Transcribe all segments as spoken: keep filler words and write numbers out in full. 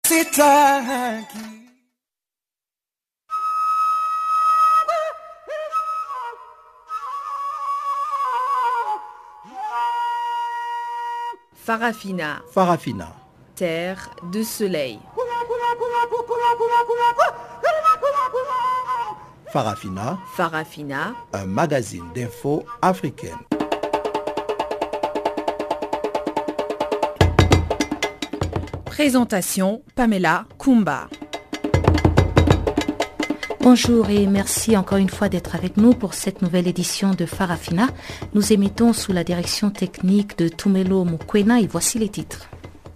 C'est toi qui... Farafina. Farafina. Terre de soleil. Farafina. Farafina. Un magazine d'infos africaine. Présentation Pamela Kumba. Bonjour et merci encore une fois d'être avec nous pour cette nouvelle édition de Farafina. Nous émettons sous la direction technique de Tumelo Mukwena et voici les titres.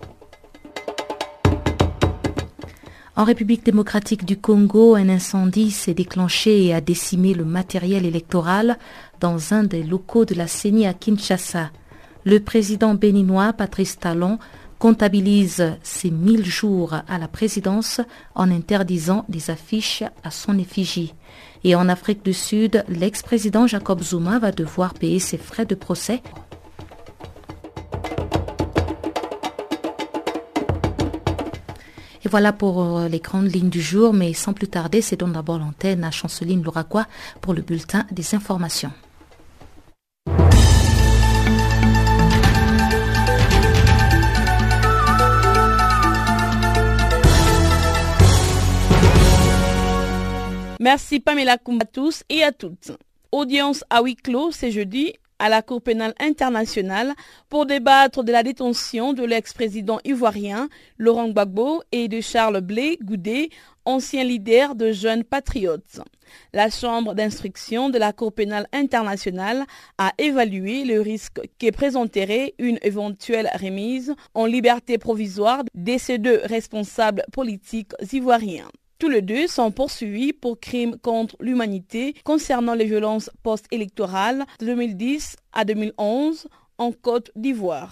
En République démocratique du Congo, un incendie s'est déclenché et a décimé le matériel électoral dans un des locaux de la C E N I à Kinshasa. Le président béninois Patrice Talon comptabilise ses mille jours à la présidence en interdisant des affiches à son effigie. Et en Afrique du Sud, l'ex-président Jacob Zuma va devoir payer ses frais de procès. Et voilà pour les grandes lignes du jour, mais sans plus tarder, c'est donc d'abord l'antenne à Chanceline Louraquois pour le bulletin des informations. Merci Pamela Kumba à tous et à toutes. Audience à huis clos ce jeudi à la Cour pénale internationale pour débattre de la détention de l'ex-président ivoirien Laurent Gbagbo et de Charles Blé Goudé, ancien leader de Jeunes Patriotes. La chambre d'instruction de la Cour pénale internationale a évalué le risque que présenterait une éventuelle remise en liberté provisoire de ces deux responsables politiques ivoiriens. Tous les deux sont poursuivis pour crimes contre l'humanité concernant les violences post-électorales de deux mille dix à deux mille onze en Côte d'Ivoire.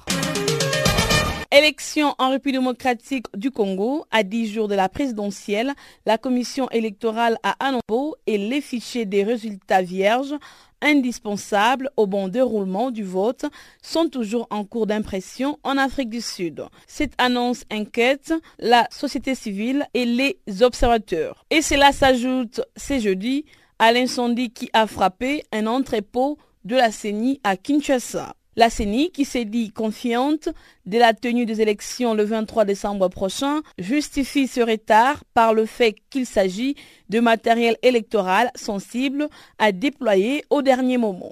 Élection en République démocratique du Congo, à dix jours de la présidentielle, la commission électorale a annoncé et les fichiers des résultats vierges indispensables au bon déroulement du vote sont toujours en cours d'impression en Afrique du Sud. Cette annonce inquiète la société civile et les observateurs. Et cela s'ajoute ce jeudi à l'incendie qui a frappé un entrepôt de la C E N I à Kinshasa. La C E N I, qui s'est dit confiante de la tenue des élections le vingt-trois décembre prochain, justifie ce retard par le fait qu'il s'agit de matériel électoral sensible à déployer au dernier moment.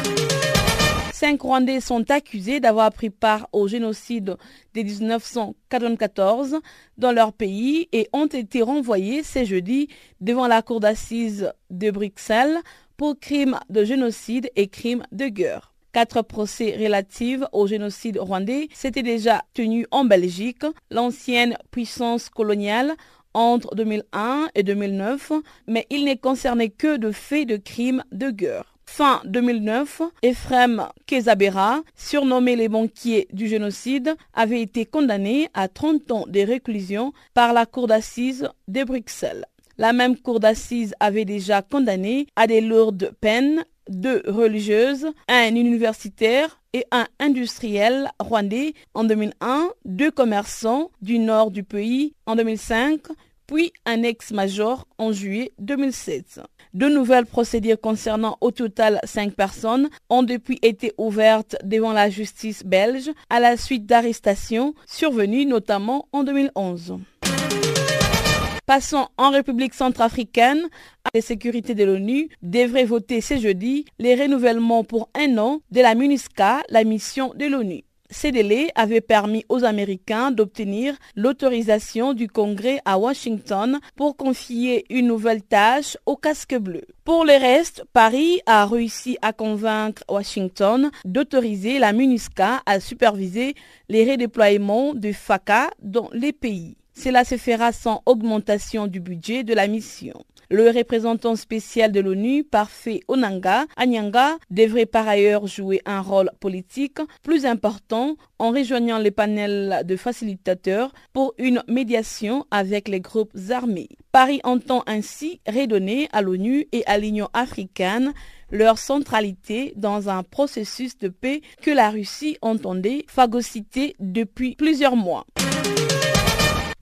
Cinq Rwandais sont accusés d'avoir pris part au génocide de dix-neuf cent quatre-vingt-quatorze dans leur pays et ont été renvoyés ce jeudi devant la cour d'assises de Bruxelles pour crimes de génocide et crimes de guerre. Quatre procès relatifs au génocide rwandais s'étaient déjà tenus en Belgique, l'ancienne puissance coloniale, entre deux mille un et deux mille neuf, mais il n'est concerné que de faits de crimes de guerre. Fin deux mille neuf, Ephraim Kezabera, surnommé les banquiers du génocide, avait été condamné à trente ans de réclusion par la cour d'assises de Bruxelles. La même cour d'assises avait déjà condamné à des lourdes peines deux religieuses, un universitaire et un industriel rwandais en deux mille un, deux commerçants du nord du pays en deux mille cinq, puis un ex-major en juillet deux mille sept. De nouvelles procédures concernant au total cinq personnes ont depuis été ouvertes devant la justice belge à la suite d'arrestations survenues notamment en deux mille onze. Passons en République centrafricaine. La sécurité de l'ONU devrait voter ce jeudi les renouvellements pour un an de la MINUSCA, la mission de l'ONU. Ces délais avaient permis aux Américains d'obtenir l'autorisation du Congrès à Washington pour confier une nouvelle tâche au casque bleu. Pour le reste, Paris a réussi à convaincre Washington d'autoriser la MINUSCA à superviser les redéploiements de FACA dans les pays. Cela se fera sans augmentation du budget de la mission. Le représentant spécial de l'ONU, Parfait Onanga Anyanga, devrait par ailleurs jouer un rôle politique plus important en rejoignant les panels de facilitateurs pour une médiation avec les groupes armés. Paris entend ainsi redonner à l'ONU et à l'Union africaine leur centralité dans un processus de paix que la Russie entendait phagocyter depuis plusieurs mois.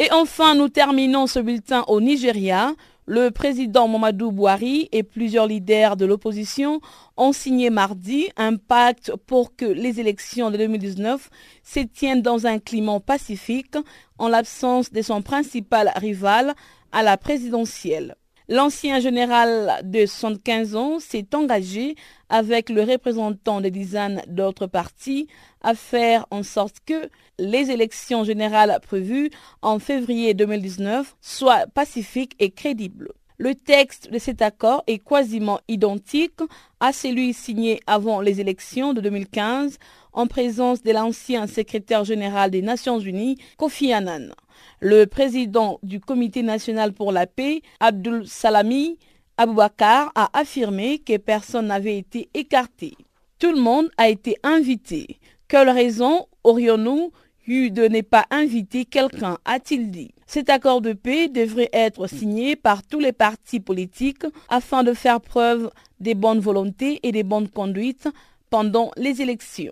Et enfin, nous terminons ce bulletin au Nigeria. Le président Muhammadu Buhari et plusieurs leaders de l'opposition ont signé mardi un pacte pour que les élections de deux mille dix-neuf se tiennent dans un climat pacifique en l'absence de son principal rival à la présidentielle. L'ancien général de soixante-quinze ans s'est engagé avec le représentant des dizaines d'autres partis à faire en sorte que les élections générales prévues en février deux mille dix-neuf soient pacifiques et crédibles. Le texte de cet accord est quasiment identique à celui signé avant les élections de deux mille quinze en présence de l'ancien secrétaire général des Nations Unies, Kofi Annan. Le président du Comité national pour la paix, Abdul Salami Aboubakar, a affirmé que personne n'avait été écarté. Tout le monde a été invité. Quelle raison aurions-nous eu de ne pas inviter quelqu'un, a-t-il dit. Cet accord de paix devrait être signé par tous les partis politiques afin de faire preuve de bonne volonté et de bonne conduite pendant les élections.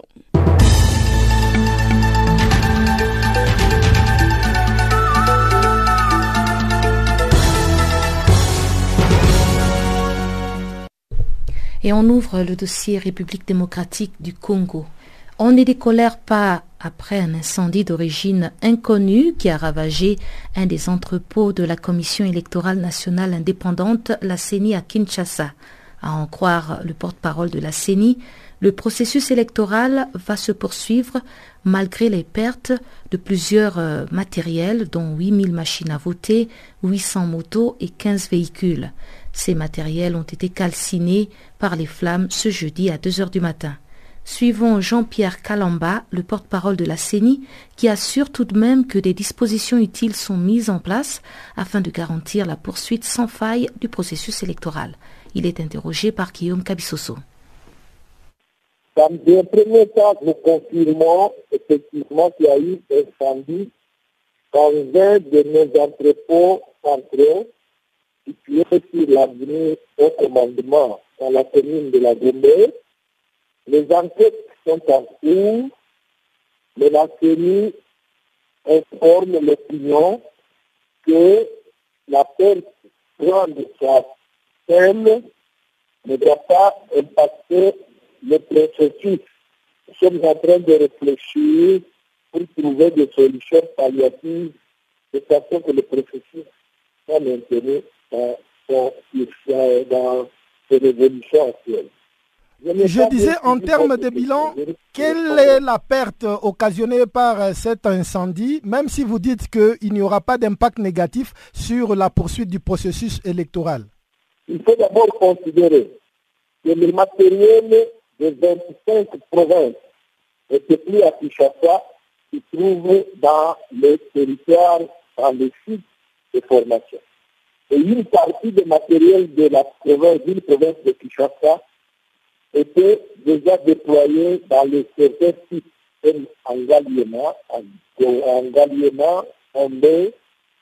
Et on ouvre le dossier République démocratique du Congo. On ne décolère pas après un incendie d'origine inconnue qui a ravagé un des entrepôts de la Commission électorale nationale indépendante, la C E N I à Kinshasa. À en croire le porte-parole de la C E N I, le processus électoral va se poursuivre malgré les pertes de plusieurs euh, matériels, dont huit mille machines à voter, huit cents motos et quinze véhicules. Ces matériels ont été calcinés par les flammes ce jeudi à deux heures du matin. Suivons Jean-Pierre Kalamba, le porte-parole de la C E N I, qui assure tout de même que des dispositions utiles sont mises en place afin de garantir la poursuite sans faille du processus électoral. Il est interrogé par Guillaume Kabissoso. Dans un premier temps, nous confirmons effectivement qu'il y a eu un incendie dans un de nos entrepôts centraux situés sur l'avenue au commandement dans la commune de la Gombe. Les enquêtes sont en cours, mais la C E N I informe l'opinion que la perte grande soit telle ne doit pas impacter le processus. Nous sommes en train de réfléchir pour trouver des solutions palliatives de façon que le processus soit maintenu dans son dans ses évolutions actuelles. Je, Je disais en termes de bilan, quelle est la perte occasionnée par cet incendie, même si vous dites qu'il n'y aura pas d'impact négatif sur la poursuite du processus électoral? Il faut d'abord considérer que le matériel de vingt-cinq provinces n'était plus à Kinshasa, se trouve dans les territoires, dans les sites de formation. Et une partie du matériel de la province, d'une province de Kinshasa, était déjà déployé dans les certains sites comme en Ngaliema, en Ngaliema, en Mbe,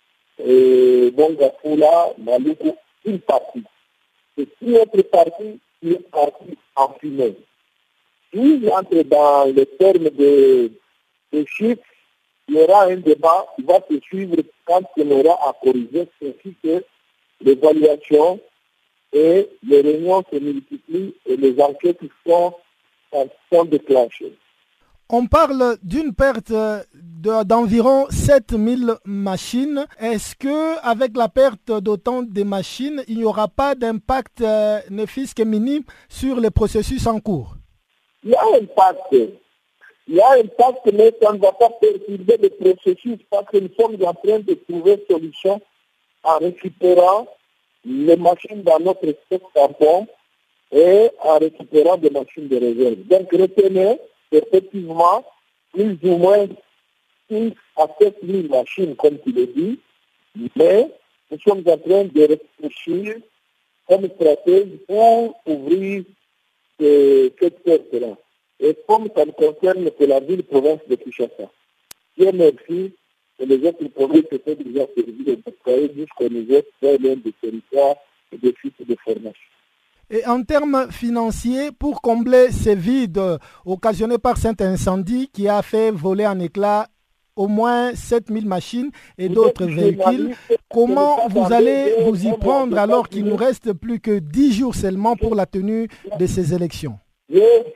Bongafula, Maluku, une partie. Et une autre partie qui est partie en fumée. Si j'entre dans le terme de, de chiffres, il y aura un débat qui va se suivre quand on aura à corriger, ainsi que l'évaluation et les réunions se multiplient et les enquêtes sont, sont déclenchées. On parle d'une perte de, d'environ sept mille machines. Est-ce qu'avec la perte d'autant de machines, il n'y aura pas d'impact euh, ne fût-ce que minime sur les processus en cours? Il y a un impact. Il y a un impact, mais ça ne va pas perturber le processus parce que nous sommes en train de trouver une solution en récupérant les machines dans notre stock tampon et en récupérant des machines de réserve. Donc retenez effectivement plus ou moins six à sept mille machines, comme tu l'as dit, mais nous sommes en train de réfléchir comme stratégie pour ouvrir euh, cette perte-là. Et comme ça ne concerne que la ville-province de Kinshasa. Dieu merci, et les autres provinces étaient déjà servis de déployer jusqu'au niveau très loin des territoires et des sites de formation. Et en termes financiers, pour combler ces vides occasionnés par cet incendie qui a fait voler en éclats au moins sept mille machines et d'autres véhicules. Comment vous allez vous y prendre alors qu'il nous reste plus que dix jours seulement pour la tenue de ces élections? Je,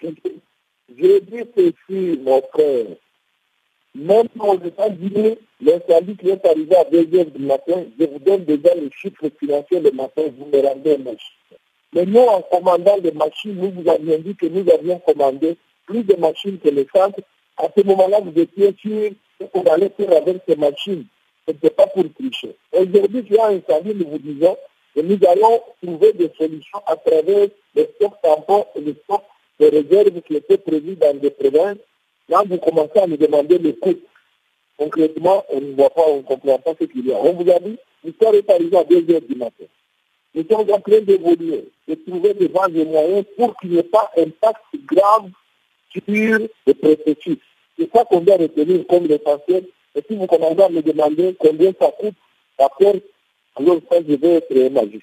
je dis ceci, mon frère. Même aux États-Unis, l'incendie qui est arrivé à deux heures du matin, je vous donne déjà les chiffres financiers le matin, vous me rendez un machine. Mais nous, en commandant les machines, nous vous avions dit que nous avions commandé plus de machines que les centres. À ce moment-là, vous étiez sûr qu'on allait faire avec ces machines. Ce n'était pas pour tricher. Aujourd'hui, il y a un incendie, nous vous disons, et nous allons trouver des solutions à travers les stocks tampons et les stocks de réserve qui étaient prévus dans des provinces. Là, vous commencez à nous demander les coûts. Concrètement, on ne voit pas, on ne comprend pas ce qu'il y a. On vous a dit, l'histoire est arrivée à deux heures du matin. Nous sommes en train d'évoluer, de trouver des voies et moyens pour qu'il n'y ait pas un impact grave sur le processus. C'est ça qu'on doit retenir comme l'essentiel. Et si vous commencez à me demander combien ça coûte, d'accord, alors ça, je vais être magique.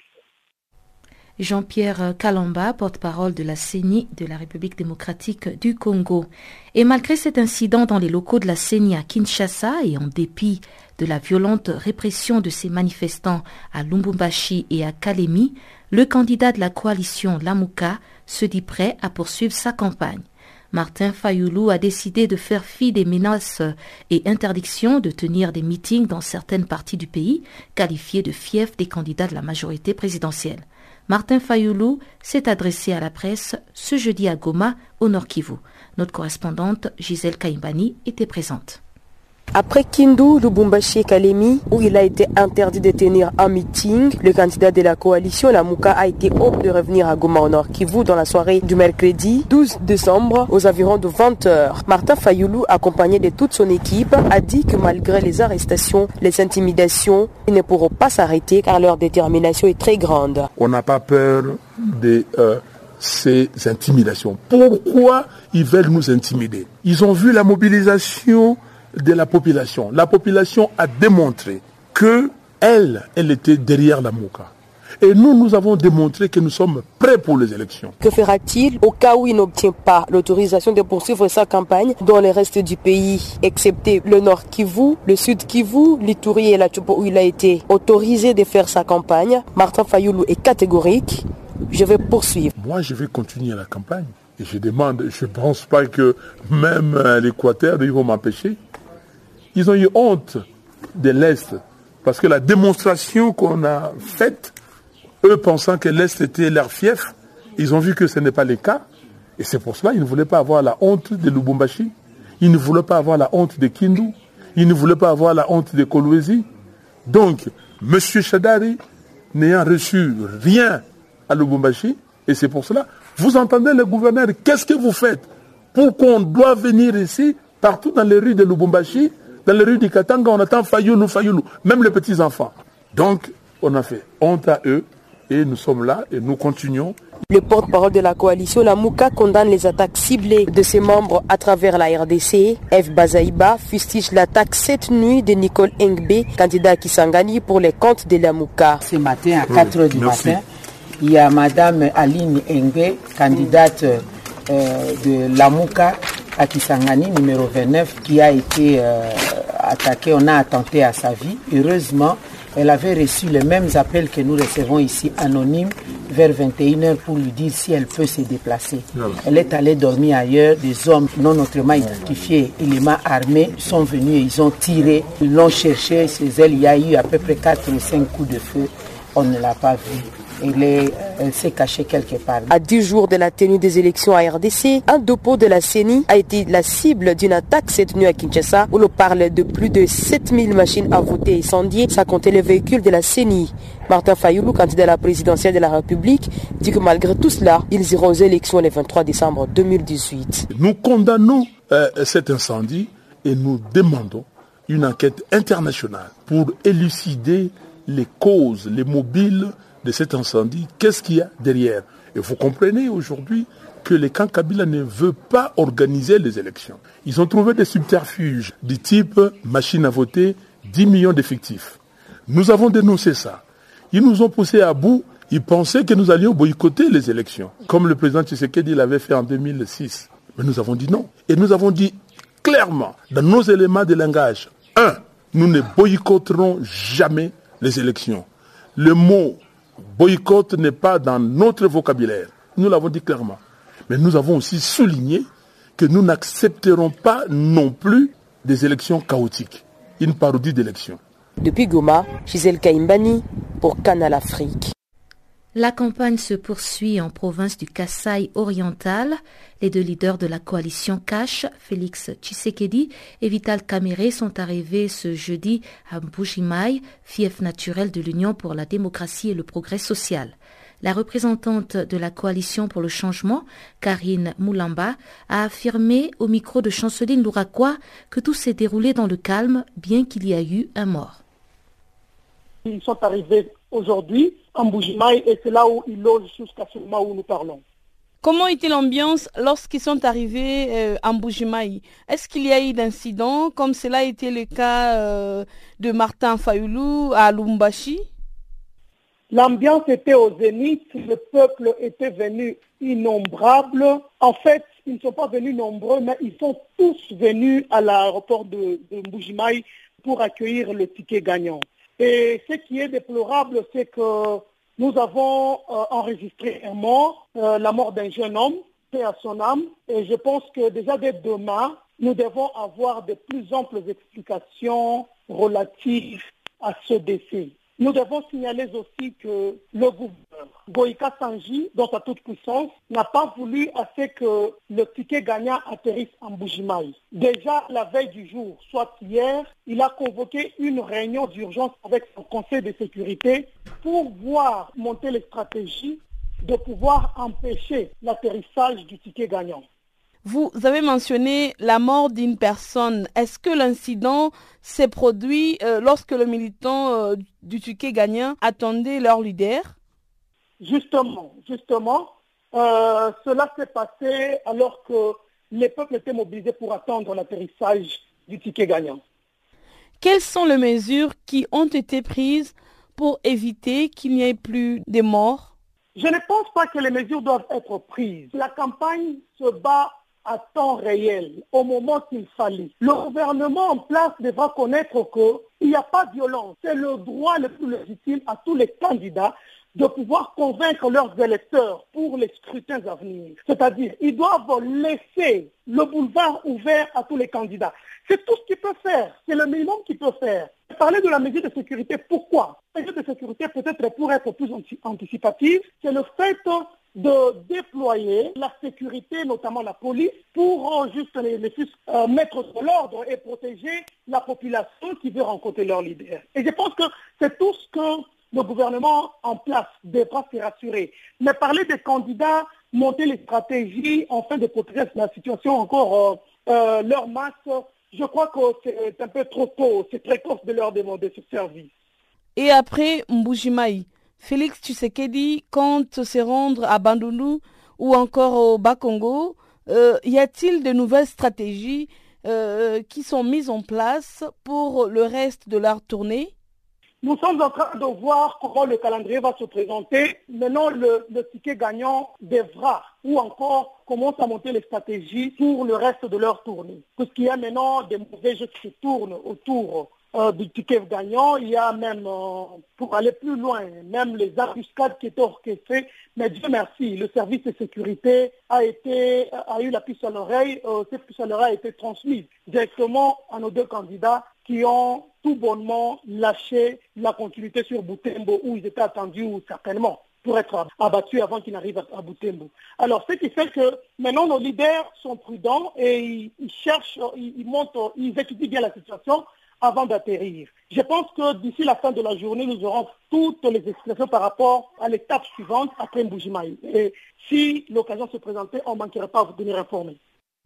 Jean-Pierre Kalamba, porte-parole de la C E N I de la République démocratique du Congo. Et malgré cet incident dans les locaux de la C E N I à Kinshasa et en dépit de la violente répression de ces manifestants à Lubumbashi et à Kalemi, le candidat de la coalition Lamuka se dit prêt à poursuivre sa campagne. Martin Fayulu a décidé de faire fi des menaces et interdictions de tenir des meetings dans certaines parties du pays, qualifiés de fiefs des candidats de la majorité présidentielle. Martin Fayulu s'est adressé à la presse ce jeudi à Goma, au Nord Kivu. Notre correspondante Gisèle Kaimbani était présente. Après Kindu, Lubumbashi et Kalemi, où il a été interdit de tenir un meeting, le candidat de la coalition Lamuka a été obligé de revenir à Goma au Nord Kivu dans la soirée du mercredi douze décembre aux environs de vingt heures. Martin Fayulu, accompagné de toute son équipe, a dit que malgré les arrestations, les intimidations, ils ne pourront pas s'arrêter car leur détermination est très grande. On n'a pas peur de euh, ces intimidations. Pourquoi ils veulent nous intimider? Ils ont vu la mobilisation de la population. La population a démontré que elle, elle était derrière Lamuka. Et nous, nous avons démontré que nous sommes prêts pour les élections. Que fera-t-il au cas où il n'obtient pas l'autorisation de poursuivre sa campagne dans le reste du pays, excepté le Nord Kivu, le Sud Kivu, l'Ituri et la Tchopo où il a été autorisé de faire sa campagne? Martin Fayulu est catégorique. Je vais poursuivre. Moi, je vais continuer la campagne. Et je demande, je ne pense pas que même l'Équateur, ils vont m'empêcher. Ils ont eu honte de l'Est, parce que la démonstration qu'on a faite, eux pensant que l'Est était leur fief, ils ont vu que ce n'est pas le cas. Et c'est pour cela qu'ils ne voulaient pas avoir la honte de Lubumbashi, ils ne voulaient pas avoir la honte de Kindu, ils ne voulaient pas avoir la honte de Kolwezi. Donc, M. Shadari, n'ayant reçu rien à Lubumbashi, et c'est pour cela, vous entendez le gouverneur, qu'est-ce que vous faites pour qu'on doit venir ici, partout dans les rues de Lubumbashi, dans les rues du Katanga, on attend Fayulu, Fayulu, même les petits-enfants. Donc, on a fait honte à eux et nous sommes là et nous continuons. Le porte-parole de la coalition Lamuka condamne les attaques ciblées de ses membres à travers la R D C. F. Bazaïba fustige l'attaque cette nuit de Nicole Ngbe, candidat à Kisangani pour les comptes de Lamuka. Ce matin à quatre heures du Merci. matin, il y a Madame Aline Ngbe, candidate euh, de Lamuka à Kisangani, numéro vingt-neuf, qui a été euh, attaquée. On a attenté à sa vie. Heureusement, elle avait reçu les mêmes appels que nous recevons ici, anonymes, vers vingt et une heures pour lui dire si elle peut se déplacer. Voilà. Elle est allée dormir ailleurs. Des hommes non autrement identifiés, éléments armés, sont venus et ils ont tiré. Ils l'ont cherché chez elle. Il y a eu à peu près quatre ou cinq coups de feu. On ne l'a pas vue. Elle, est, elle s'est cachée quelque part. À dix jours de la tenue des élections à R D C, un dépôt de la C E N I a été la cible d'une attaque cette nuit à Kinshasa, où l'on parle de plus de sept mille machines à voter incendiées, sans compter les véhicules de la C E N I. Martin Fayulu, candidat à la présidentielle de la République, dit que malgré tout cela, ils iront aux élections le vingt-trois décembre deux mille dix-huit. Nous condamnons euh, cet incendie et nous demandons une enquête internationale pour élucider les causes, les mobiles de cet incendie, qu'est-ce qu'il y a derrière. Et vous comprenez aujourd'hui que le camp Kabila ne veut pas organiser les élections. Ils ont trouvé des subterfuges du type machine à voter, dix millions d'effectifs. Nous avons dénoncé ça. Ils nous ont poussé à bout. Ils pensaient que nous allions boycotter les élections, comme le président Tshisekedi l'avait fait en deux mille six. Mais nous avons dit non. Et nous avons dit, clairement dans nos éléments de langage. Un, nous ne boycotterons jamais les élections. Le mot boycott n'est pas dans notre vocabulaire. Nous l'avons dit clairement. Mais nous avons aussi souligné que nous n'accepterons pas non plus des élections chaotiques. Une parodie d'élections. Depuis Goma, Gisèle Kaimbani pour Canal Afrique. La campagne se poursuit en province du Kasaï oriental. Les deux leaders de la coalition Cash, Félix Tshisekedi et Vital Kamerhe, sont arrivés ce jeudi à Mbuji-Mayi, fief naturel de l'Union pour la démocratie et le progrès social. La représentante de la coalition pour le changement, Karine Moulamba, a affirmé au micro de Chanceline Louraquois que tout s'est déroulé dans le calme, bien qu'il y a eu un mort. Ils sont arrivés aujourd'hui en Mbuji-Mayi et c'est là où ils logent jusqu'à ce moment où nous parlons. Comment était l'ambiance lorsqu'ils sont arrivés euh, en Mbuji-Mayi? Est-ce qu'il y a eu d'incidents comme cela a été le cas euh, de Martin Fayulu à Lubumbashi? L'ambiance était au zénith, le peuple était venu innombrable. En fait, ils ne sont pas venus nombreux, mais ils sont tous venus à l'aéroport de, de Mbuji-Mayi pour accueillir le ticket gagnant. Et ce qui est déplorable, c'est que nous avons euh, enregistré un mort, euh, la mort d'un jeune homme, paix à son âme. Et je pense que déjà dès demain, nous devons avoir de plus amples explications relatives à ce décès. Nous devons signaler aussi que le gouverneur, Goïka Sanji, dans sa toute puissance, n'a pas voulu assez que le ticket gagnant atterrisse en Mbuji-Mayi. Déjà la veille du jour, soit hier, il a convoqué une réunion d'urgence avec son conseil de sécurité pour voir monter les stratégies de pouvoir empêcher l'atterrissage du ticket gagnant. Vous avez mentionné la mort d'une personne. Est-ce que l'incident s'est produit euh, lorsque le militant euh, du ticket gagnant attendait leur leader? Justement, justement, euh, cela s'est passé alors que les peuples étaient mobilisés pour attendre l'atterrissage du ticket gagnant. Quelles sont les mesures qui ont été prises pour éviter qu'il n'y ait plus de morts? Je ne pense pas que les mesures doivent être prises. La campagne se bat à temps réel, au moment qu'il fallait. Le gouvernement en place devra connaître qu'il n'y a pas de violence. C'est le droit le plus légitime à tous les candidats de pouvoir convaincre leurs électeurs pour les scrutins à venir. C'est-à-dire, ils doivent laisser le boulevard ouvert à tous les candidats. C'est tout ce qu'ils peuvent faire. C'est le minimum qu'ils peuvent faire. Parler de la mesure de sécurité, pourquoi? La mesure de sécurité, peut-être pour être plus anticipative, c'est le fait de déployer la sécurité, notamment la police, pour juste les, les, euh, mettre de l'ordre et protéger la population qui veut rencontrer leur leader. Et je pense que c'est tout ce que le gouvernement en place devra se rassurer. Mais parler des candidats, monter les stratégies, afin de protéger la situation encore, euh, euh, leur masse, je crois que c'est un peu trop tôt, c'est très court de leur demander ce service. Et après Mbuji-Mayi, Félix Tshisekedi compte se rendre à Bandundu ou encore au Bas-Congo. Euh, y a-t-il de nouvelles stratégies euh, qui sont mises en place pour le reste de leur tournée? Nous sommes en train de voir comment le calendrier va se présenter. Maintenant, le, le ticket gagnant devra ou encore commence à monter les stratégies pour le reste de leur tournée. Parce qu'il y a maintenant des mauvais jeux qui se tournent autour euh, du ticket gagnant. Il y a même, euh, pour aller plus loin, même les embuscades qui étaient orchestrées. Mais Dieu merci, le service de sécurité a été a eu la puce à l'oreille. Euh, cette puce à l'oreille a été transmise directement à nos deux candidats qui ont tout bonnement lâché la continuité sur Butembo où ils étaient attendus ou certainement pour être abattus avant qu'ils n'arrivent à, à Butembo. Alors, ce qui fait que maintenant nos leaders sont prudents et ils, ils cherchent, ils, ils montent, ils étudient bien la situation avant d'atterrir. Je pense que d'ici la fin de la journée, nous aurons toutes les explications par rapport à l'étape suivante après Mbuji-Mayi. Et si l'occasion se présentait, on ne manquerait pas à vous tenir informés.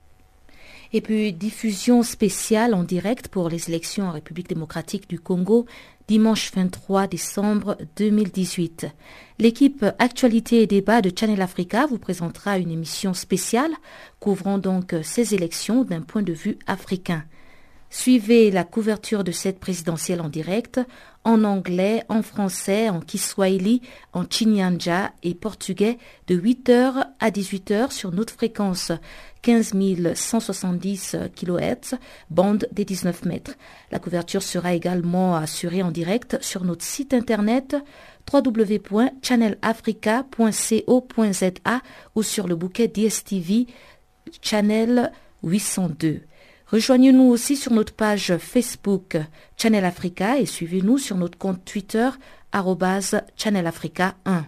Et puis, diffusion spéciale en direct pour les élections en République démocratique du Congo, dimanche vingt-trois décembre deux mille dix-huit. L'équipe Actualité et Débat de Channel Africa vous présentera une émission spéciale couvrant donc ces élections d'un point de vue africain. Suivez la couverture de cette présidentielle en direct, en anglais, en français, en kiswahili, en chinyanja et portugais de huit heures à dix-huit heures sur notre fréquence quinze mille cent soixante-dix kilohertz, bande des dix-neuf mètres. La couverture sera également assurée en direct sur notre site internet w w w point channel africa point co point z a ou sur le bouquet D S T V Channel huit cent deux. Rejoignez-nous aussi sur notre page Facebook Channel Africa et suivez-nous sur notre compte Twitter arobase Channel Africa un.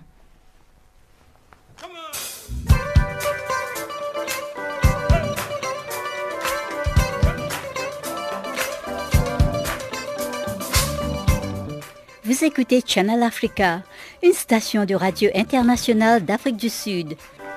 Vous écoutez Channel Africa, une station de radio internationale d'Afrique du Sud.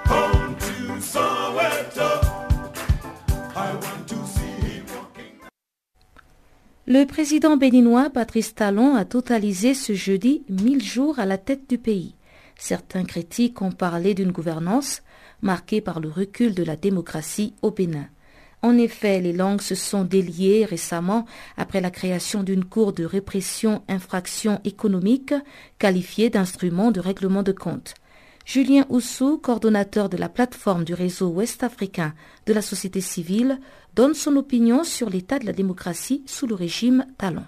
Le président béninois Patrice Talon a totalisé ce jeudi mille jours à la tête du pays. Certains critiques ont parlé d'une gouvernance marquée par le recul de la démocratie au Bénin. En effet, les langues se sont déliées récemment après la création d'une cour de répression infractions économiques qualifiée d'instrument de règlement de compte. Julien Oussou, coordonnateur de la plateforme du réseau ouest-africain de la société civile, donne son opinion sur l'état de la démocratie sous le régime Talon.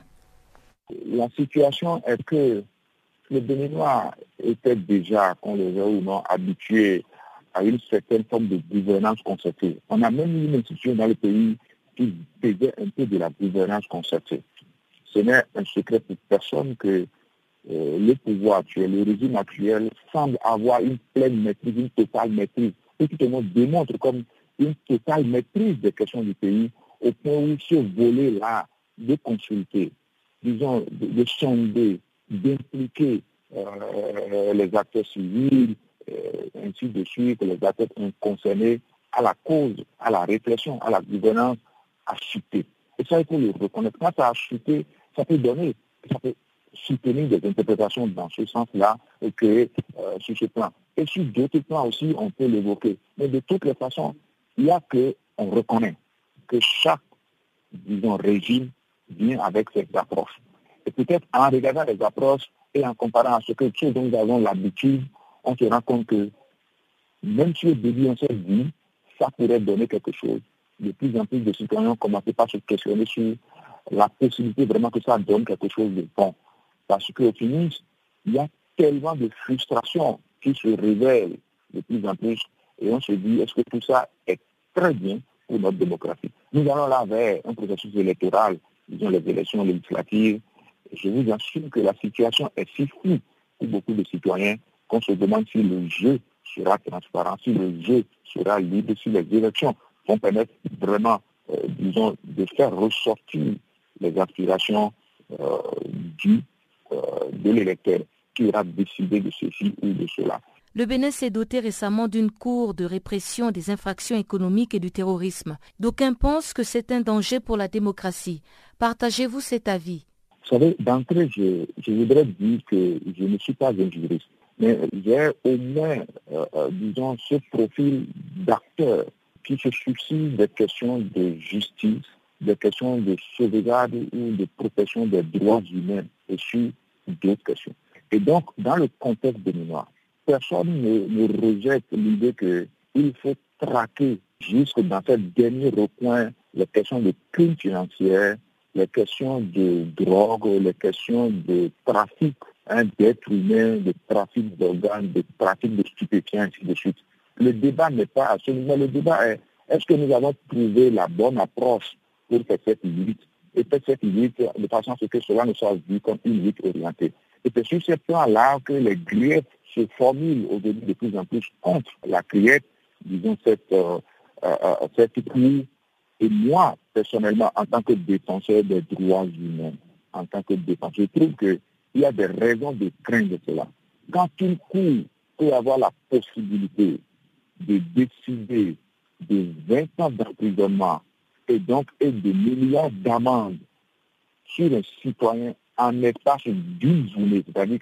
La situation est que les Béninois étaient déjà, qu'on le veuille ou non, habitués à une certaine forme de gouvernance concertée. On a même eu une institution dans le pays qui faisait un peu de la gouvernance concertée. Ce n'est un secret pour personne que euh, le pouvoir actuel, le régime actuel, semble avoir une pleine maîtrise, une totale maîtrise, et qui tout le monde démontre comme une totale maîtrise des questions du pays, au point où ce volet-là de consulter, disons, de, de sonder, d'impliquer euh, les acteurs civils, Euh, ainsi de suite, les acteurs concernés à la cause, à la réflexion, à la gouvernance, a chuté. Et ça, il faut le reconnaître. Quand ça a chuté, ça peut donner, ça peut soutenir des interprétations dans ce sens-là que euh, sur ce plan. Et sur d'autres plans aussi, on peut l'évoquer. Mais de toutes les façons, il y a que, on reconnaît que chaque, disons, régime vient avec ses approches. Et peut-être en regardant les approches et en comparant à ce que ce dont nous avons l'habitude, on se rend compte que même si au début on s'est dit, ça pourrait donner quelque chose. De plus en plus de citoyens ont commencé par se questionner sur la possibilité vraiment que ça donne quelque chose de bon. Parce qu'au final, il y a tellement de frustration qui se révèle de plus en plus et on se dit, est-ce que tout ça est très bien pour notre démocratie? Nous allons là vers un processus électoral, disons les élections législatives. Et je vous assure que la situation est si floue pour beaucoup de citoyens qu'on se demande si le jeu sera transparent, si le jeu sera libre, si les élections vont permettre vraiment, euh, disons, de faire ressortir les aspirations euh, du, euh, de l'électeur qui aura décidé de ceci ou de cela. Le Bénin s'est doté récemment d'une cour de répression des infractions économiques et du terrorisme. D'aucuns pensent que c'est un danger pour la démocratie. Partagez-vous cet avis? Vous savez, d'entrée, je, je voudrais dire que je ne suis pas un juriste. Mais j'ai au moins, euh, euh, disons, ce profil d'acteur qui se soucie des questions de justice, des questions de sauvegarde ou de protection des droits humains et sur d'autres questions. Et donc, dans le contexte béninois, personne ne, ne rejette l'idée qu'il faut traquer jusque dans ce dernier recoin les questions de crimes financiers, les questions de drogue, les questions de trafic hein, d'êtres humains, de trafic d'organes, de trafic de stupéfiants, ainsi de suite. Le débat n'est pas à ce niveau. Le débat est, est-ce que nous avons trouvé la bonne approche pour faire cette lutte et faire cette lutte de façon à ce que cela ne soit vu comme une lutte orientée. Et c'est sur ce plan-là que les griefs se formulent aujourd'hui de plus en plus contre la criette, disons, cette, euh, euh, cette cour. Et moi, personnellement, en tant que défenseur des droits humains, en tant que défenseur, je trouve qu'il y a des raisons de craindre cela. Quand une cour peut avoir la possibilité de décider de vingt ans d'emprisonnement et donc et de milliards d'amendes sur un citoyen en espace d'une journée, c'est-à-dire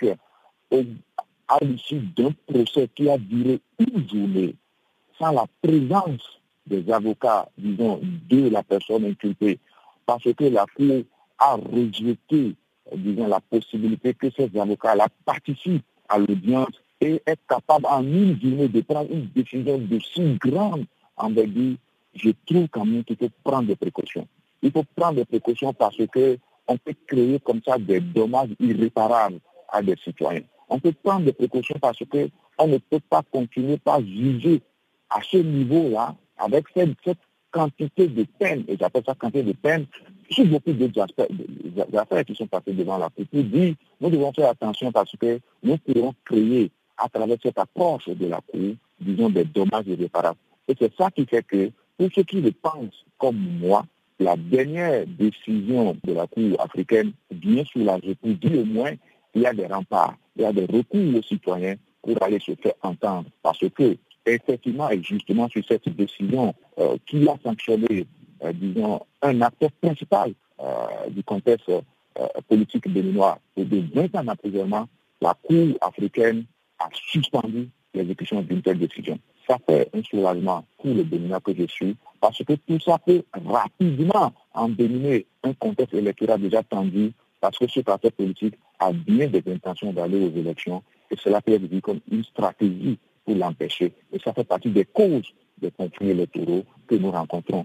qu'à l'issue d'un procès qui a duré une journée, sans la présence des avocats, disons, de la personne inculpée, parce que la Cour a rejeté, disons, la possibilité que ces avocats-là participent à l'audience et être capables en une journée de prendre une décision de si grande envergure. Je trouve quand même qu'il faut prendre des précautions. Il faut prendre des précautions parce qu'on peut créer comme ça des dommages irréparables à des citoyens. On peut prendre des précautions parce qu'on ne peut pas continuer par juger à ce niveau-là, avec cette, cette quantité de peine, et j'appelle ça quantité de peine, sur beaucoup d'autres aspects, des affaires qui sont passées devant la Cour. Pour dire, nous devons faire attention parce que nous pourrons créer, à travers cette approche de la Cour, disons, des dommages irréparables. Et c'est ça qui fait que, pour ceux qui le pensent comme moi, la dernière décision de la Cour africaine vient soulager pour dire au moins qu'il y a des remparts, il y a des recours aux citoyens pour aller se faire entendre. Parce que, effectivement et justement sur cette décision euh, qui a sanctionné, euh, disons, un acteur principal euh, du contexte euh, politique béninois et de vingt ans d'emprisonnement, la Cour africaine a suspendu l'exécution d'une telle décision. Ça fait un soulagement pour le Béninois que je suis, parce que tout ça peut rapidement endéminer un contexte électoral déjà tendu, parce que ce parti politique a bien des intentions d'aller aux élections, et cela peut être vu comme une stratégie pour l'empêcher. Et ça fait partie des causes des conflits électoraux que nous rencontrons.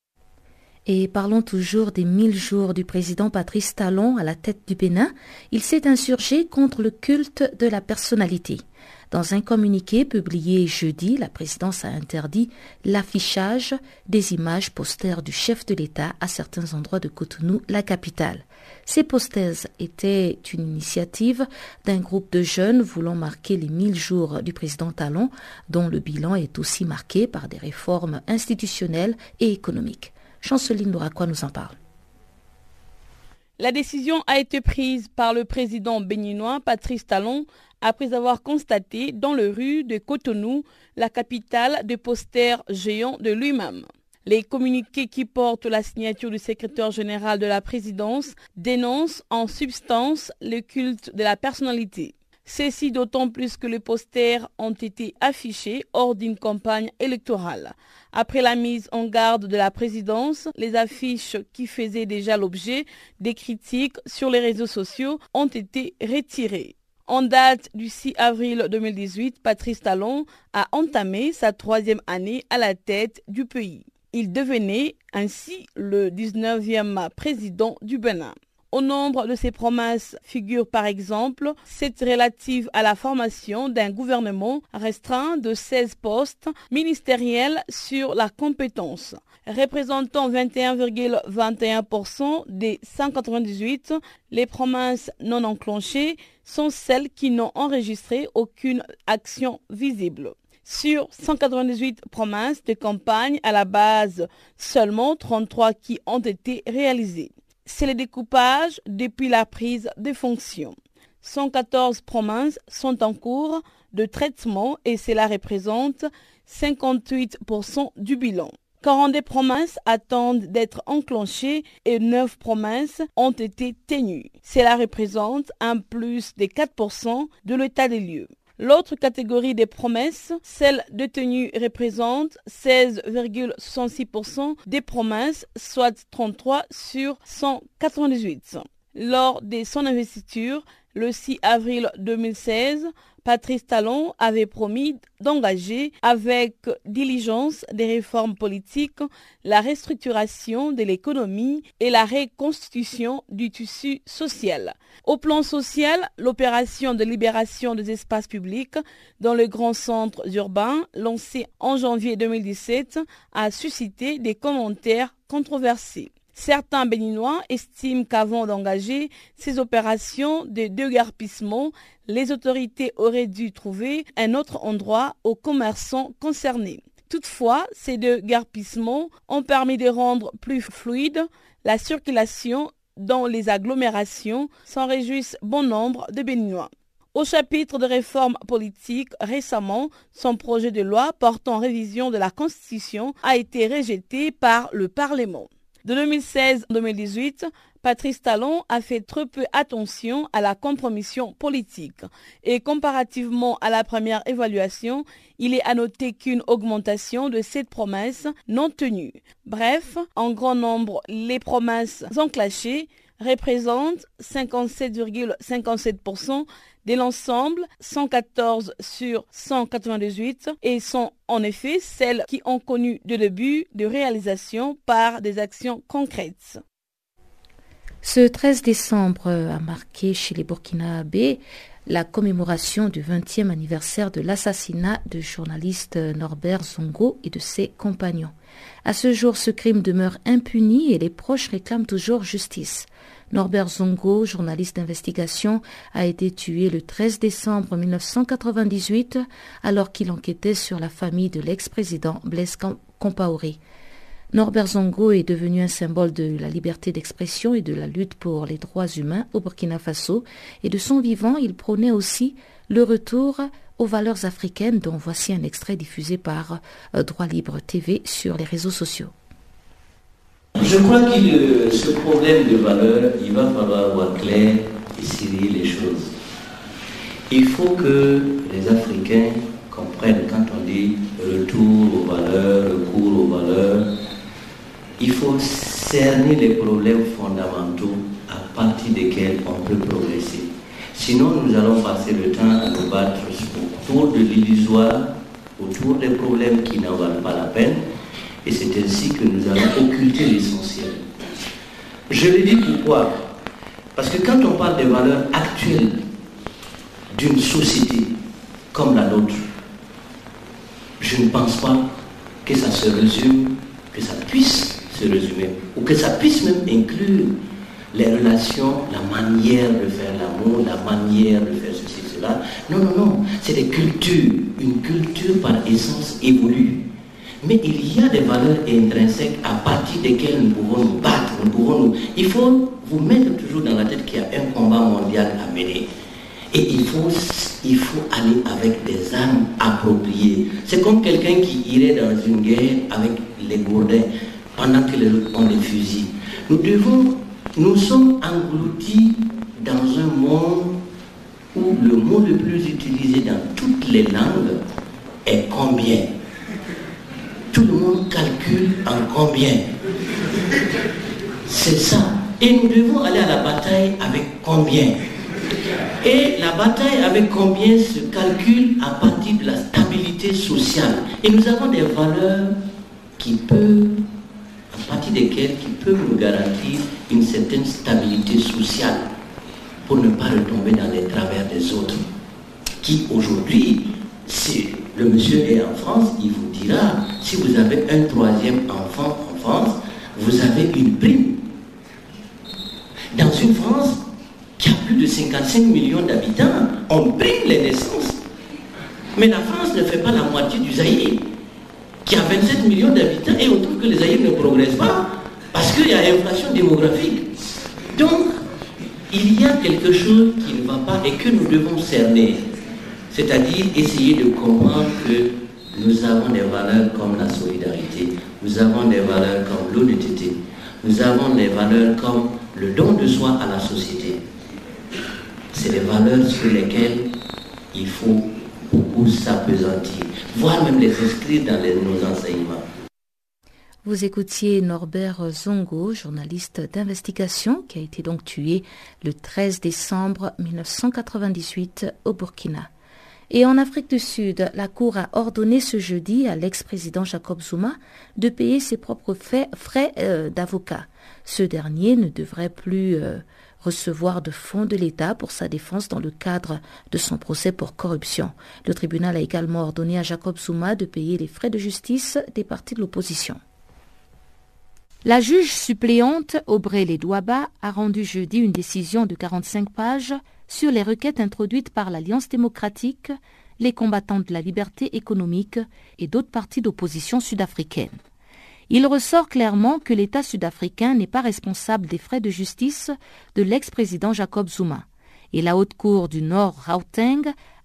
Et parlons toujours des mille jours du président Patrice Talon à la tête du Bénin. Il s'est insurgé contre le culte de la personnalité. Dans un communiqué publié jeudi, la présidence a interdit l'affichage des images posters du chef de l'État à certains endroits de Cotonou, la capitale. Ces posters étaient une initiative d'un groupe de jeunes voulant marquer les mille jours du président Talon, dont le bilan est aussi marqué par des réformes institutionnelles et économiques. Chanceline Louraquois nous en parle. La décision a été prise par le président béninois Patrice Talon après avoir constaté dans les rues de Cotonou, la capitale, des posters géants de lui-même. Les communiqués qui portent la signature du secrétaire général de la présidence dénoncent en substance le culte de la personnalité. Ceci d'autant plus que les posters ont été affichés hors d'une campagne électorale. Après la mise en garde de la présidence, les affiches qui faisaient déjà l'objet des critiques sur les réseaux sociaux ont été retirées. En date du six avril deux mille dix-huit, Patrice Talon a entamé sa troisième année à la tête du pays. Il devenait ainsi le dix-neuvième président du Bénin. Au nombre de ses promesses figure par exemple celle relative à la formation d'un gouvernement restreint de seize postes ministériels sur la compétence, représentant vingt et un virgule vingt et un pour cent des cent quatre-vingt-dix-huit. Les promesses non enclenchées sont celles qui n'ont enregistré aucune action visible. Sur cent quatre-vingt-dix-huit promesses de campagne à la base, seulement trente-trois qui ont été réalisées. C'est le découpage depuis la prise de fonctions. cent quatorze promesses sont en cours de traitement et cela représente cinquante-huit pour cent du bilan. quarante-deux promesses attendent d'être enclenchées et neuf promesses ont été tenues. Cela représente un plus de quatre pour cent de l'état des lieux. L'autre catégorie des promesses, celle de tenue, représente seize virgule soixante-six pour cent des promesses, soit trente-trois sur cent quatre-vingt-dix-huit. Lors de son investiture, le six avril deux mille seize, Patrice Talon avait promis d'engager avec diligence des réformes politiques, la restructuration de l'économie et la reconstitution du tissu social. Au plan social, l'opération de libération des espaces publics dans le grand centre urbain, lancée en janvier deux mille dix-sept, a suscité des commentaires controversés. Certains Béninois estiment qu'avant d'engager ces opérations de déguerpissement, les autorités auraient dû trouver un autre endroit aux commerçants concernés. Toutefois, ces déguerpissements ont permis de rendre plus fluide la circulation dans les agglomérations, s'en réjouissent bon nombre de Béninois. Au chapitre de réforme politique, récemment, son projet de loi portant révision de la Constitution a été rejeté par le Parlement. De deux mille seize à deux mille dix-huit, Patrice Talon a fait très peu attention à la compromission politique. Et comparativement à la première évaluation, il est à noter qu'une augmentation de cette promesse non tenue. Bref, en grand nombre, les promesses enclenchées représentent cinquante-sept virgule cinquante-sept pour cent de l'ensemble, cent quatorze sur cent quatre-vingt-dix-huit, et sont en effet celles qui ont connu de début de réalisation par des actions concrètes. Ce treize décembre a marqué chez les Burkinabés la commémoration du vingtième anniversaire de l'assassinat du journaliste Norbert Zongo et de ses compagnons. À ce jour, ce crime demeure impuni et les proches réclament toujours justice. Norbert Zongo, journaliste d'investigation, a été tué le treize décembre mille neuf cent quatre-vingt-dix-huit alors qu'il enquêtait sur la famille de l'ex-président Blaise Compaoré. Norbert Zongo est devenu un symbole de la liberté d'expression et de la lutte pour les droits humains au Burkina Faso, et de son vivant, il prônait aussi le retour aux valeurs africaines, dont voici un extrait diffusé par Droit Libre T V sur les réseaux sociaux. Je crois que ce problème de valeurs, il va falloir voir clair et serrer les choses. Il faut que les Africains comprennent, quand on dit retour aux valeurs, recours aux valeurs, il faut cerner les problèmes fondamentaux à partir desquels on peut progresser. Sinon, nous allons passer le temps à nous battre autour de l'illusoire, autour des problèmes qui n'en valent pas la peine, et c'est ainsi que nous allons occulter l'essentiel. Je le dis pourquoi? Parce que quand on parle des valeurs actuelles d'une société comme la nôtre, je ne pense pas que ça se résume, que ça puisse se résumer, ou que ça puisse même inclure les relations, la manière de faire l'amour, la manière de faire ceci, cela. Non, non, non, c'est des cultures. Une culture par essence évolue. Mais il y a des valeurs intrinsèques à partir desquelles nous pouvons nous battre, nous pouvons nous... Il faut vous mettre toujours dans la tête qu'il y a un combat mondial à mener. Et il faut, il faut aller avec des armes appropriées. C'est comme quelqu'un qui irait dans une guerre avec les gourdins pendant que les autres ont des fusils. Nous devons, nous sommes engloutis dans un monde où le mot le plus utilisé dans toutes les langues est combien. Tout le monde calcule en combien. C'est ça. Et nous devons aller à la bataille avec combien. Et la bataille avec combien se calcule à partir de la stabilité sociale. Et nous avons des valeurs qui peuvent, à partir desquelles qui peuvent nous garantir une certaine stabilité sociale pour ne pas retomber dans les travers des autres. Qui aujourd'hui, si le monsieur est en France, il vous dira, si vous avez un troisième enfant en France, vous avez une prime. Dans une France qui a plus de cinquante-cinq millions d'habitants, on prime les naissances. Mais la France ne fait pas la moitié du Zaïre, qui a vingt-sept millions d'habitants, et on trouve que les Zaïre ne progressent pas, parce qu'il y a inflation démographique. Donc, il y a quelque chose qui ne va pas et que nous devons cerner. C'est-à-dire essayer de comprendre que nous avons des valeurs comme la solidarité, nous avons des valeurs comme l'honnêteté, nous avons des valeurs comme le don de soi à la société. C'est des valeurs sur lesquelles il faut beaucoup s'appesantir, voire même les inscrire dans les, nos enseignements. Vous écoutiez Norbert Zongo, journaliste d'investigation, qui a été donc tué le treize décembre mille neuf cent quatre-vingt-dix-huit au Burkina. Et en Afrique du Sud, la Cour a ordonné ce jeudi à l'ex-président Jacob Zuma de payer ses propres frais euh, d'avocat. Ce dernier ne devrait plus euh, recevoir de fonds de l'État pour sa défense dans le cadre de son procès pour corruption. Le tribunal a également ordonné à Jacob Zuma de payer les frais de justice des partis de l'opposition. La juge suppléante Aubrey Ledouaba a rendu jeudi une décision de quarante-cinq pages sur les requêtes introduites par l'Alliance démocratique, les combattants de la liberté économique et d'autres partis d'opposition sud-africaine. Il ressort clairement que l'État sud-africain n'est pas responsable des frais de justice de l'ex-président Jacob Zuma. Et la Haute Cour du Nord Gauteng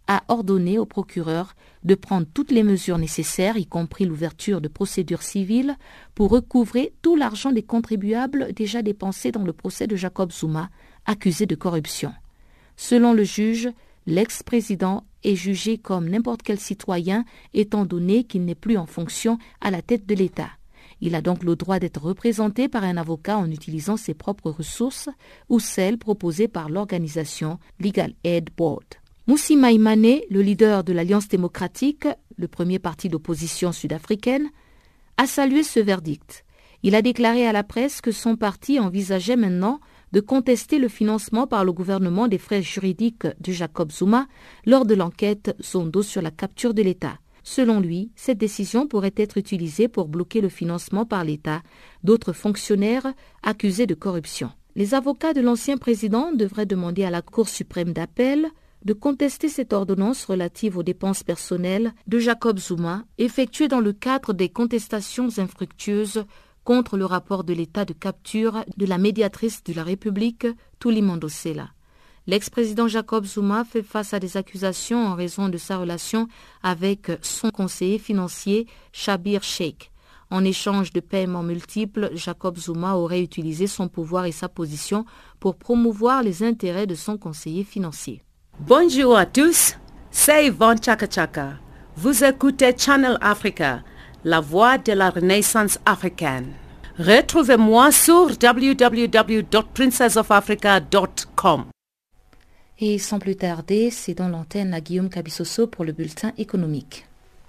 a ordonné au procureur de prendre toutes les mesures nécessaires, y compris l'ouverture de procédures civiles, pour recouvrer tout l'argent des contribuables déjà dépensé dans le procès de Jacob Zuma, accusé de corruption. Selon le juge, l'ex-président est jugé comme n'importe quel citoyen étant donné qu'il n'est plus en fonction à la tête de l'État. Il a donc le droit d'être représenté par un avocat en utilisant ses propres ressources ou celles proposées par l'organisation Legal Aid Board. Moussi Maïmane, le leader de l'Alliance démocratique, le premier parti d'opposition sud-africaine, a salué ce verdict. Il a déclaré à la presse que son parti envisageait maintenant de contester le financement par le gouvernement des frais juridiques de Jacob Zuma lors de l'enquête Zondo sur la capture de l'État. Selon lui, cette décision pourrait être utilisée pour bloquer le financement par l'État d'autres fonctionnaires accusés de corruption. Les avocats de l'ancien président devraient demander à la Cour suprême d'appel de contester cette ordonnance relative aux dépenses personnelles de Jacob Zuma, effectuée dans le cadre des contestations infructueuses contre le rapport de l'état de capture de la médiatrice de la République, Thuli Mandosela. L'ex-président Jacob Zuma fait face à des accusations en raison de sa relation avec son conseiller financier Schabir Sheikh. En échange de paiements multiples, Jacob Zuma aurait utilisé son pouvoir et sa position pour promouvoir les intérêts de son conseiller financier. Bonjour à tous, c'est Yvonne Chaka Chaka. Vous écoutez Channel Africa, la voix de la Renaissance africaine. Retrouvez-moi sur w w w point princess of africa point com. Et sans plus tarder, c'est dans l'antenne à Guillaume Kabissoso pour le bulletin économique.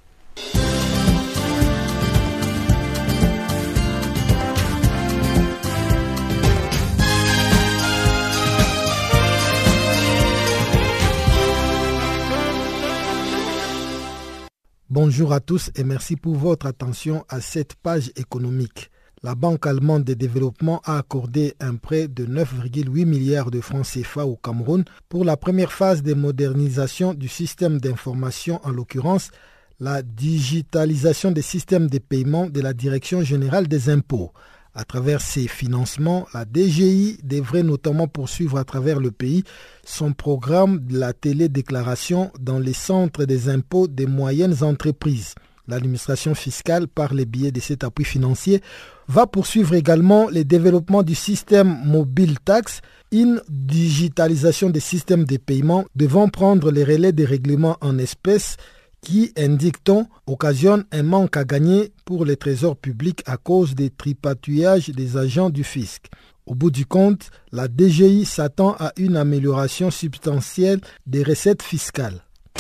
Bonjour à tous et merci pour votre attention à cette page économique. La Banque allemande de développement a accordé un prêt de neuf virgule huit milliards de francs C F A au Cameroun pour la première phase de modernisation du système d'information, en l'occurrence la digitalisation des systèmes de paiement de la Direction générale des impôts. À travers ces financements, la D G I devrait notamment poursuivre à travers le pays son programme de la télédéclaration dans les centres des impôts des moyennes entreprises. L'administration fiscale, par les biais de cet appui financier, va poursuivre également le développement du système mobile tax, une digitalisation des systèmes de paiement devant prendre les relais des règlements en espèces qui, indique-t-on, occasionne un manque à gagner pour les trésors publics à cause des tripatouillages des agents du fisc. Au bout du compte, la D G I s'attend à une amélioration substantielle des recettes fiscales.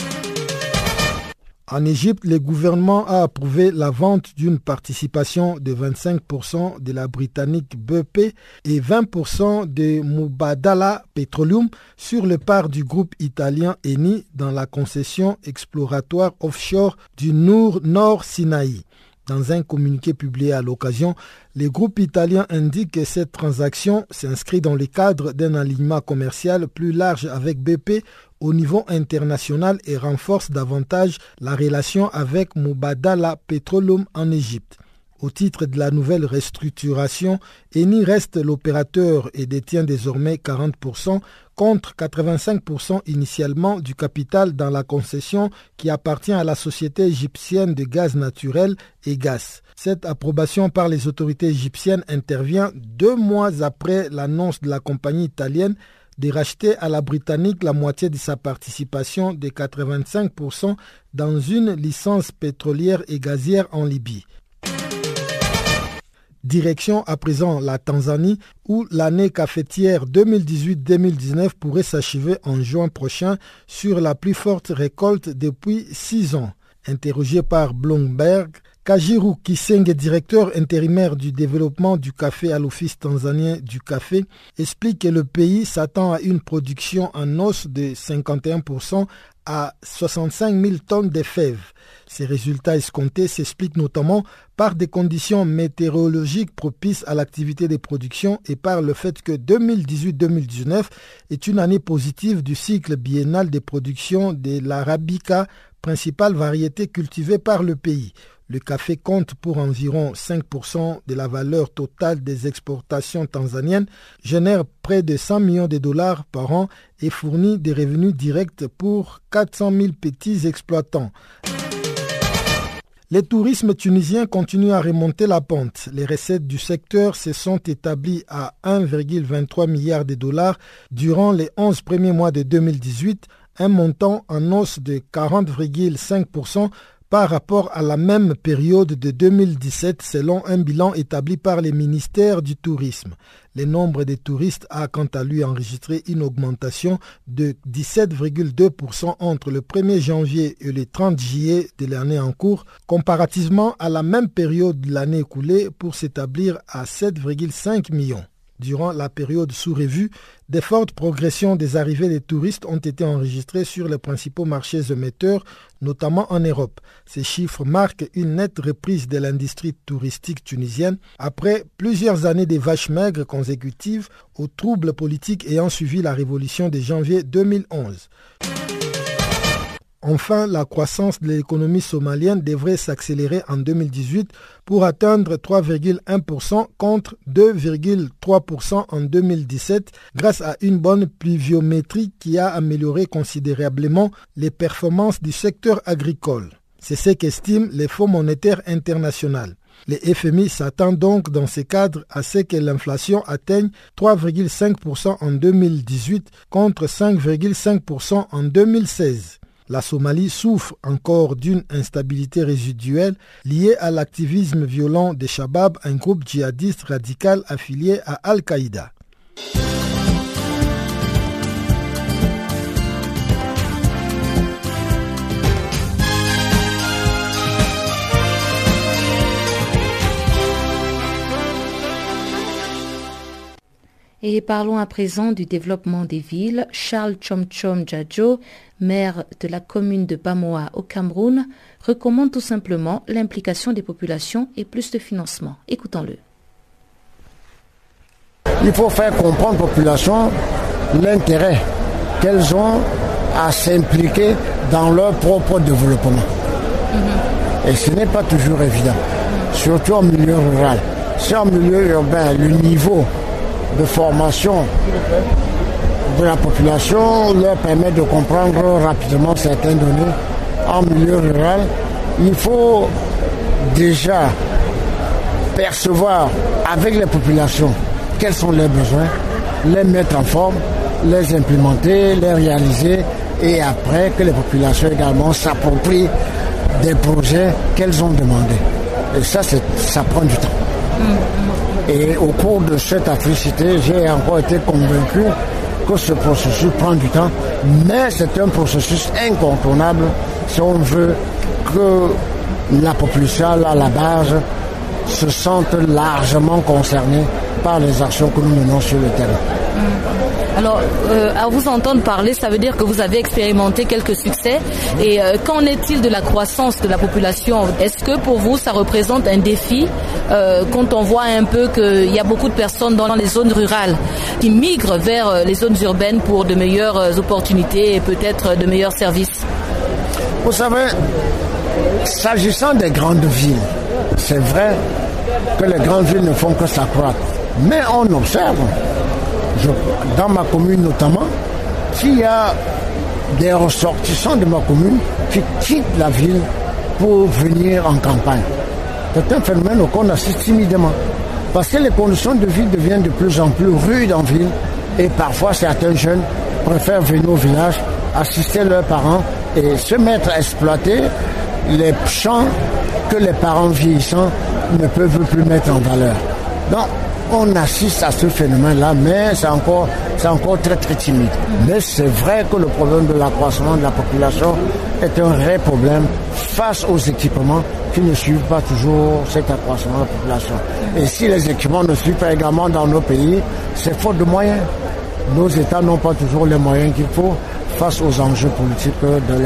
En Égypte, le gouvernement a approuvé la vente d'une participation de vingt-cinq pour cent de la britannique B P et vingt pour cent de Mubadala Petroleum sur le part du groupe italien Eni dans la concession exploratoire offshore du Nour Nord Sinaï. Dans un communiqué publié à l'occasion, le groupe italien indique que cette transaction s'inscrit dans le cadre d'un alignement commercial plus large avec B P au niveau international et renforce davantage la relation avec Mubadala Petroleum en Égypte. Au titre de la nouvelle restructuration, Eni reste l'opérateur et détient désormais quarante pour cent contre quatre-vingt-cinq pour cent initialement du capital dans la concession qui appartient à la société égyptienne de gaz naturel et gaz. Cette approbation par les autorités égyptiennes intervient deux mois après l'annonce de la compagnie italienne de racheter à la Britannique la moitié de sa participation de quatre-vingt-cinq pour cent dans une licence pétrolière et gazière en Libye. Direction à présent la Tanzanie où l'année cafetière deux mille dix-huit deux mille dix-neuf pourrait s'achever en juin prochain sur la plus forte récolte depuis six ans. Interrogé par Bloomberg, Kajiru Kisenge, directeur intérimaire du développement du café à l'Office tanzanien du café, explique que le pays s'attend à une production en hausse de cinquante et un pour cent à soixante-cinq mille tonnes de fèves. Ces résultats escomptés s'expliquent notamment par des conditions météorologiques propices à l'activité de production et par le fait que deux mille dix-huit deux mille dix-neuf est une année positive du cycle biennal de production de l'arabica, principale variété cultivée par le pays. Le café compte pour environ cinq pour cent de la valeur totale des exportations tanzaniennes, génère près de cent millions de dollars par an et fournit des revenus directs pour quatre cent mille petits exploitants. Le tourisme tunisien continue à remonter la pente. Les recettes du secteur se sont établies à un virgule vingt-trois milliard de dollars durant les onze premiers mois de deux mille dix-huit, un montant en hausse de quarante virgule cinq pour cent par rapport à la même période de deux mille dix-sept selon un bilan établi par le ministère du Tourisme. Le nombre de touristes a quant à lui enregistré une augmentation de dix-sept virgule deux pour cent entre le premier janvier et le trente juillet de l'année en cours, comparativement à la même période de l'année écoulée pour s'établir à sept virgule cinq millions. Durant la période sous revue, de fortes progressions des arrivées des touristes ont été enregistrées sur les principaux marchés émetteurs, notamment en Europe. Ces chiffres marquent une nette reprise de l'industrie touristique tunisienne après plusieurs années de vaches maigres consécutives aux troubles politiques ayant suivi la révolution de janvier deux mille onze. Enfin, la croissance de l'économie somalienne devrait s'accélérer en deux mille dix-huit pour atteindre trois virgule un pour cent contre deux virgule trois pour cent en deux mille dix-sept grâce à une bonne pluviométrie qui a amélioré considérablement les performances du secteur agricole. C'est ce qu'estime le Fonds monétaire international. Le F M I s'attend donc dans ce cadre à ce que l'inflation atteigne trois virgule cinq pour cent en deux mille dix-huit contre cinq virgule cinq pour cent en deux mille seize. La Somalie souffre encore d'une instabilité résiduelle liée à l'activisme violent des Shabab, un groupe djihadiste radical affilié à Al-Qaïda. Et parlons à présent du développement des villes. Charles Chomchom Djadjo, maire de la commune de Bamoa au Cameroun, recommande tout simplement l'implication des populations et plus de financement. Écoutons-le. Il faut faire comprendre aux populations l'intérêt qu'elles ont à s'impliquer dans leur propre développement. Mm-hmm. Et ce n'est pas toujours évident, mm-hmm. surtout en milieu rural. Si en milieu urbain, le niveau de formation de la population leur permet de comprendre rapidement certaines données. En milieu rural, il faut déjà percevoir avec les populations quels sont leurs besoins, les mettre en forme, les implémenter, les réaliser et après que les populations également s'approprient des projets qu'elles ont demandés. Et ça, c'est, ça prend du temps. Mmh. Et au cours de cette atrocité, j'ai encore été convaincu que ce processus prend du temps, mais c'est un processus incontournable si on veut que la population à la base se sente largement concernée par les actions que nous menons sur le terrain. Mmh. Alors, euh, à vous entendre parler, ça veut dire que vous avez expérimenté quelques succès. Et euh, qu'en est-il de la croissance de la population? Est-ce que pour vous, ça représente un défi euh, quand on voit un peu qu'il y a beaucoup de personnes dans les zones rurales qui migrent vers les zones urbaines pour de meilleures opportunités et peut-être de meilleurs services? Vous savez, s'agissant des grandes villes, c'est vrai que les grandes villes ne font que s'accroître. Mais on observe, je, dans ma commune notamment, qu'il y a des ressortissants de ma commune qui quittent la ville pour venir en campagne. C'est un phénomène auquel on assiste timidement. Parce que les conditions de vie deviennent de plus en plus rudes en ville et parfois certains jeunes préfèrent venir au village, assister leurs parents et se mettre à exploiter les champs que les parents vieillissants ne peuvent plus mettre en valeur. Donc, on assiste à ce phénomène-là, mais c'est encore, c'est encore très très timide. Mais c'est vrai que le problème de l'accroissement de la population est un vrai problème face aux équipements qui ne suivent pas toujours cet accroissement de la population. Et si les équipements ne suivent pas également dans nos pays, c'est faute de moyens. Nos États n'ont pas toujours les moyens qu'il faut face aux enjeux politiques de l'ère.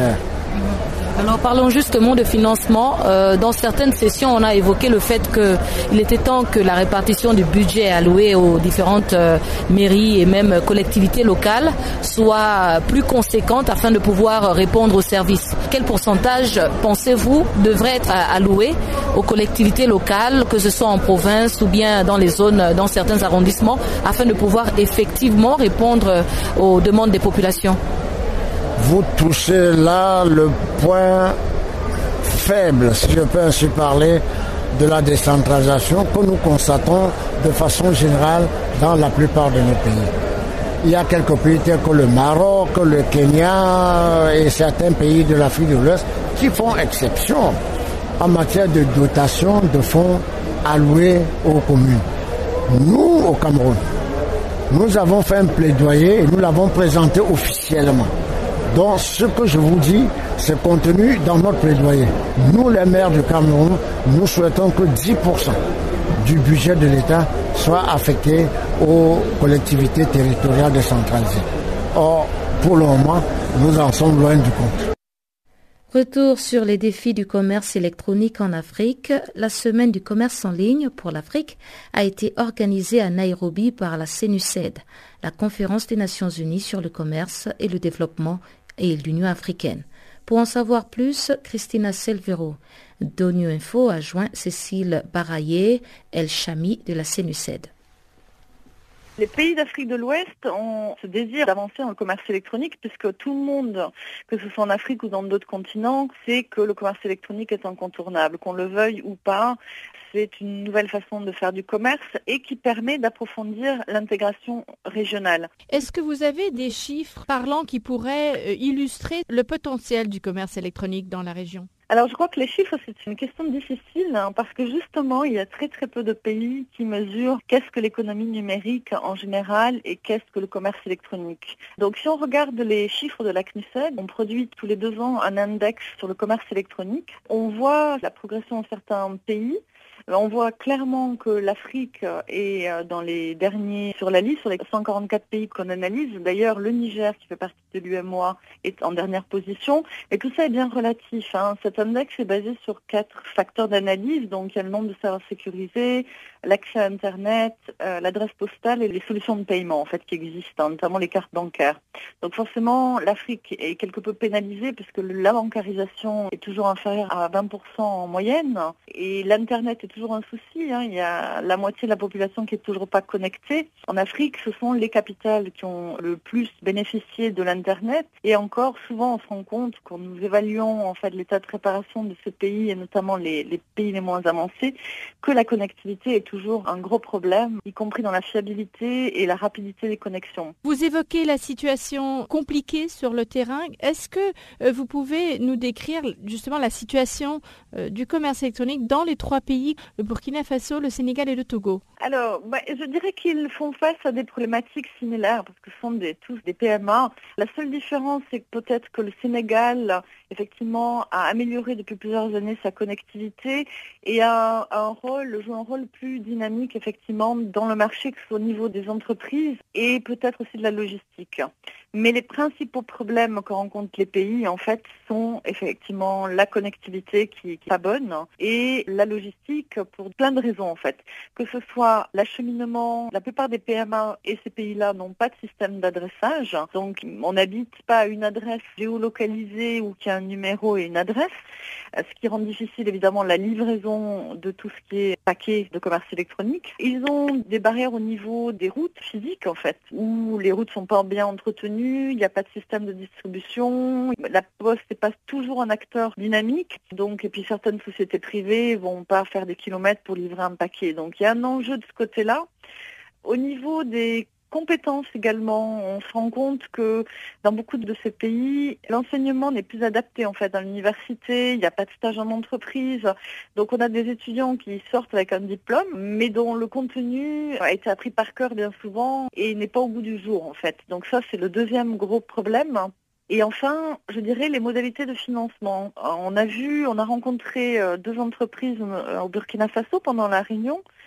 Alors parlons justement de financement. Euh, dans certaines sessions, on a évoqué le fait qu'il était temps que la répartition du budget alloué aux différentes euh, mairies et même collectivités locales soit plus conséquente afin de pouvoir répondre aux services. Quel pourcentage, pensez-vous, devrait être alloué aux collectivités locales, que ce soit en province ou bien dans les zones, dans certains arrondissements, afin de pouvoir effectivement répondre aux demandes des populations? Vous touchez là le point faible, si je peux ainsi parler, de la décentralisation que nous constatons de façon générale dans la plupart de nos pays. Il y a quelques pays tels que le Maroc, le Kenya et certains pays de l'Afrique de l'Ouest qui font exception en matière de dotation de fonds alloués aux communes. Nous, au Cameroun, nous avons fait un plaidoyer et nous l'avons présenté officiellement. Donc ce que je vous dis, c'est contenu dans notre plaidoyer. Nous, les maires du Cameroun, nous souhaitons que dix pour cent du budget de l'État soit affecté aux collectivités territoriales décentralisées. Or, pour le moment, nous en sommes loin du compte. Retour sur les défis du commerce électronique en Afrique. La semaine du commerce en ligne pour l'Afrique a été organisée à Nairobi par la CENUCED, la conférence des Nations Unies sur le commerce et le développement et l'Union africaine. Pour en savoir plus, Christina Selvero d'ONU Info a joint Cécile Baraye El Chami de la CENUCED. Les pays d'Afrique de l'Ouest ont ce désir d'avancer dans le commerce électronique puisque tout le monde, que ce soit en Afrique ou dans d'autres continents, sait que le commerce électronique est incontournable. Qu'on le veuille ou pas, c'est une nouvelle façon de faire du commerce et qui permet d'approfondir l'intégration régionale. Est-ce que vous avez des chiffres parlants qui pourraient illustrer le potentiel du commerce électronique dans la région ? Alors je crois que les chiffres, c'est une question difficile hein, parce que justement, il y a très très peu de pays qui mesurent qu'est-ce que l'économie numérique en général et qu'est-ce que le commerce électronique. Donc si on regarde les chiffres de la C N U S E D, on produit tous les deux ans un index sur le commerce électronique. On voit la progression de certains pays. On voit clairement que l'Afrique est dans les derniers sur la liste, sur les cent quarante-quatre pays qu'on analyse. D'ailleurs, le Niger, qui fait partie de l'U M O A, est en dernière position. Et tout ça est bien relatif. Hein. Cet index est basé sur quatre facteurs d'analyse. Donc, il y a le nombre de serveurs sécurisés, l'accès à Internet, euh, l'adresse postale et les solutions de paiement en fait qui existent, hein, notamment les cartes bancaires. Donc forcément, l'Afrique est quelque peu pénalisée puisque la bancarisation est toujours inférieure à vingt pour cent en moyenne et l'Internet est toujours un souci. Hein. Il y a la moitié de la population qui est toujours pas connectée. En Afrique, ce sont les capitales qui ont le plus bénéficié de l'Internet et encore souvent on se rend compte quand nous évaluons en fait l'état de préparation de ce pays et notamment les, les pays les moins avancés que la connectivité est toujours un gros problème, y compris dans la fiabilité et la rapidité des connexions. Vous évoquez la situation compliquée sur le terrain. Est-ce que euh, vous pouvez nous décrire justement la situation euh, du commerce électronique dans les trois pays, le Burkina Faso, le Sénégal et le Togo? Alors, bah, je dirais qu'ils font face à des problématiques similaires parce que ce sont des, tous des P M A. La seule différence, c'est que peut-être que le Sénégal, effectivement, a amélioré depuis plusieurs années sa connectivité et a, a un rôle, joue un rôle plus dynamique, effectivement, dans le marché, que ce soit au niveau des entreprises et peut-être aussi de la logistique. Mais les principaux problèmes que rencontrent les pays, en fait, sont effectivement la connectivité qui n'est pas bonne et la logistique pour plein de raisons, en fait. Que ce soit l'acheminement, la plupart des P M A et ces pays-là n'ont pas de système d'adressage. Donc, on n'habite pas à une adresse géolocalisée ou qui a un numéro et une adresse, ce qui rend difficile, évidemment, la livraison de tout ce qui est paquet de commerce électronique. Ils ont des barrières au niveau des routes physiques, en fait, où les routes sont pas bien entretenues. Il n'y a pas de système de distribution. La Poste n'est pas toujours un acteur dynamique. Donc, et puis certaines sociétés privées vont pas faire des kilomètres pour livrer un paquet. Donc, il y a un enjeu de ce côté-là. Au niveau des compétences également, on se rend compte que dans beaucoup de ces pays, l'enseignement n'est plus adapté en fait. Dans l'université, il n'y a pas de stage en entreprise. Donc on a des étudiants qui sortent avec un diplôme, mais dont le contenu a été appris par cœur bien souvent et n'est pas au goût du jour en fait. Donc ça, c'est le deuxième gros problème. Et enfin, je dirais les modalités de financement. On a vu, on a rencontré deux entreprises au Burkina Faso pendant la réunion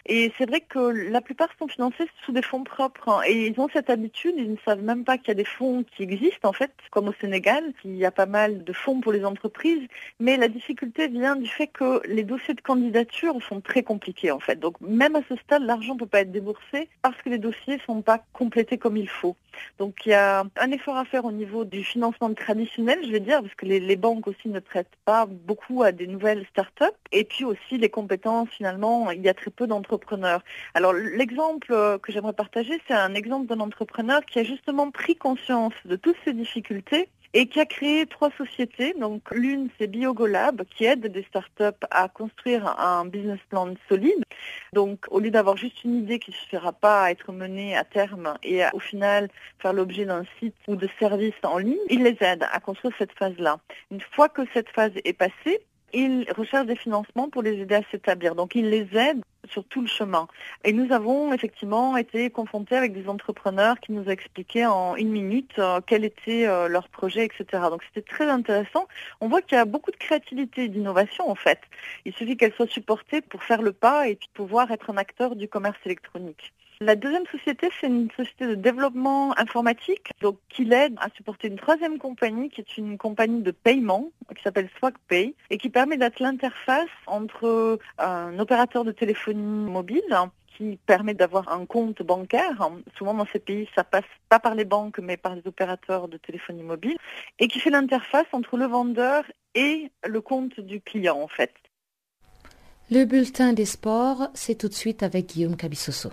Et c'est vrai que la plupart sont financés sous des fonds propres. Hein, et ils ont cette habitude, ils ne savent même pas qu'il y a des fonds qui existent en fait, comme au Sénégal. Il y a pas mal de fonds pour les entreprises. Mais la difficulté vient du fait que les dossiers de candidature sont très compliqués en fait. Donc même à ce stade, l'argent ne peut pas être déboursé parce que les dossiers ne sont pas complétés comme il faut. Donc il y a un effort à faire au niveau du financement traditionnel, je vais dire, parce que les, les banques aussi ne prêtent pas beaucoup à des nouvelles start-up. Et puis aussi les compétences, finalement, il y a très peu d'entrepreneurs. Alors l'exemple que j'aimerais partager, c'est un exemple d'un entrepreneur qui a justement pris conscience de toutes ces difficultés et qui a créé trois sociétés. Donc l'une, c'est Biogolab, qui aide des startups à construire un business plan solide. Donc au lieu d'avoir juste une idée qui ne suffira pas à être menée à terme et à, au final faire l'objet d'un site ou de services en ligne, il les aide à construire cette phase-là. Une fois que cette phase est passée, ils recherchent des financements pour les aider à s'établir. Donc, ils les aident sur tout le chemin. Et nous avons effectivement été confrontés avec des entrepreneurs qui nous expliquaient en une minute euh, quel était euh, leur projet, et cetera. Donc, c'était très intéressant. On voit qu'il y a beaucoup de créativité et d'innovation, en fait. Il suffit qu'elle soit supportée pour faire le pas et puis pouvoir être un acteur du commerce électronique. La deuxième société, c'est une société de développement informatique, donc qui l'aide à supporter une troisième compagnie, qui est une compagnie de paiement, qui s'appelle SwagPay, et qui permet d'être l'interface entre un opérateur de téléphonie mobile, qui permet d'avoir un compte bancaire. Souvent dans ces pays, ça passe pas par les banques, mais par les opérateurs de téléphonie mobile, et qui fait l'interface entre le vendeur et le compte du client, en fait. Le bulletin des sports, c'est tout de suite avec Guillaume Cabissoso.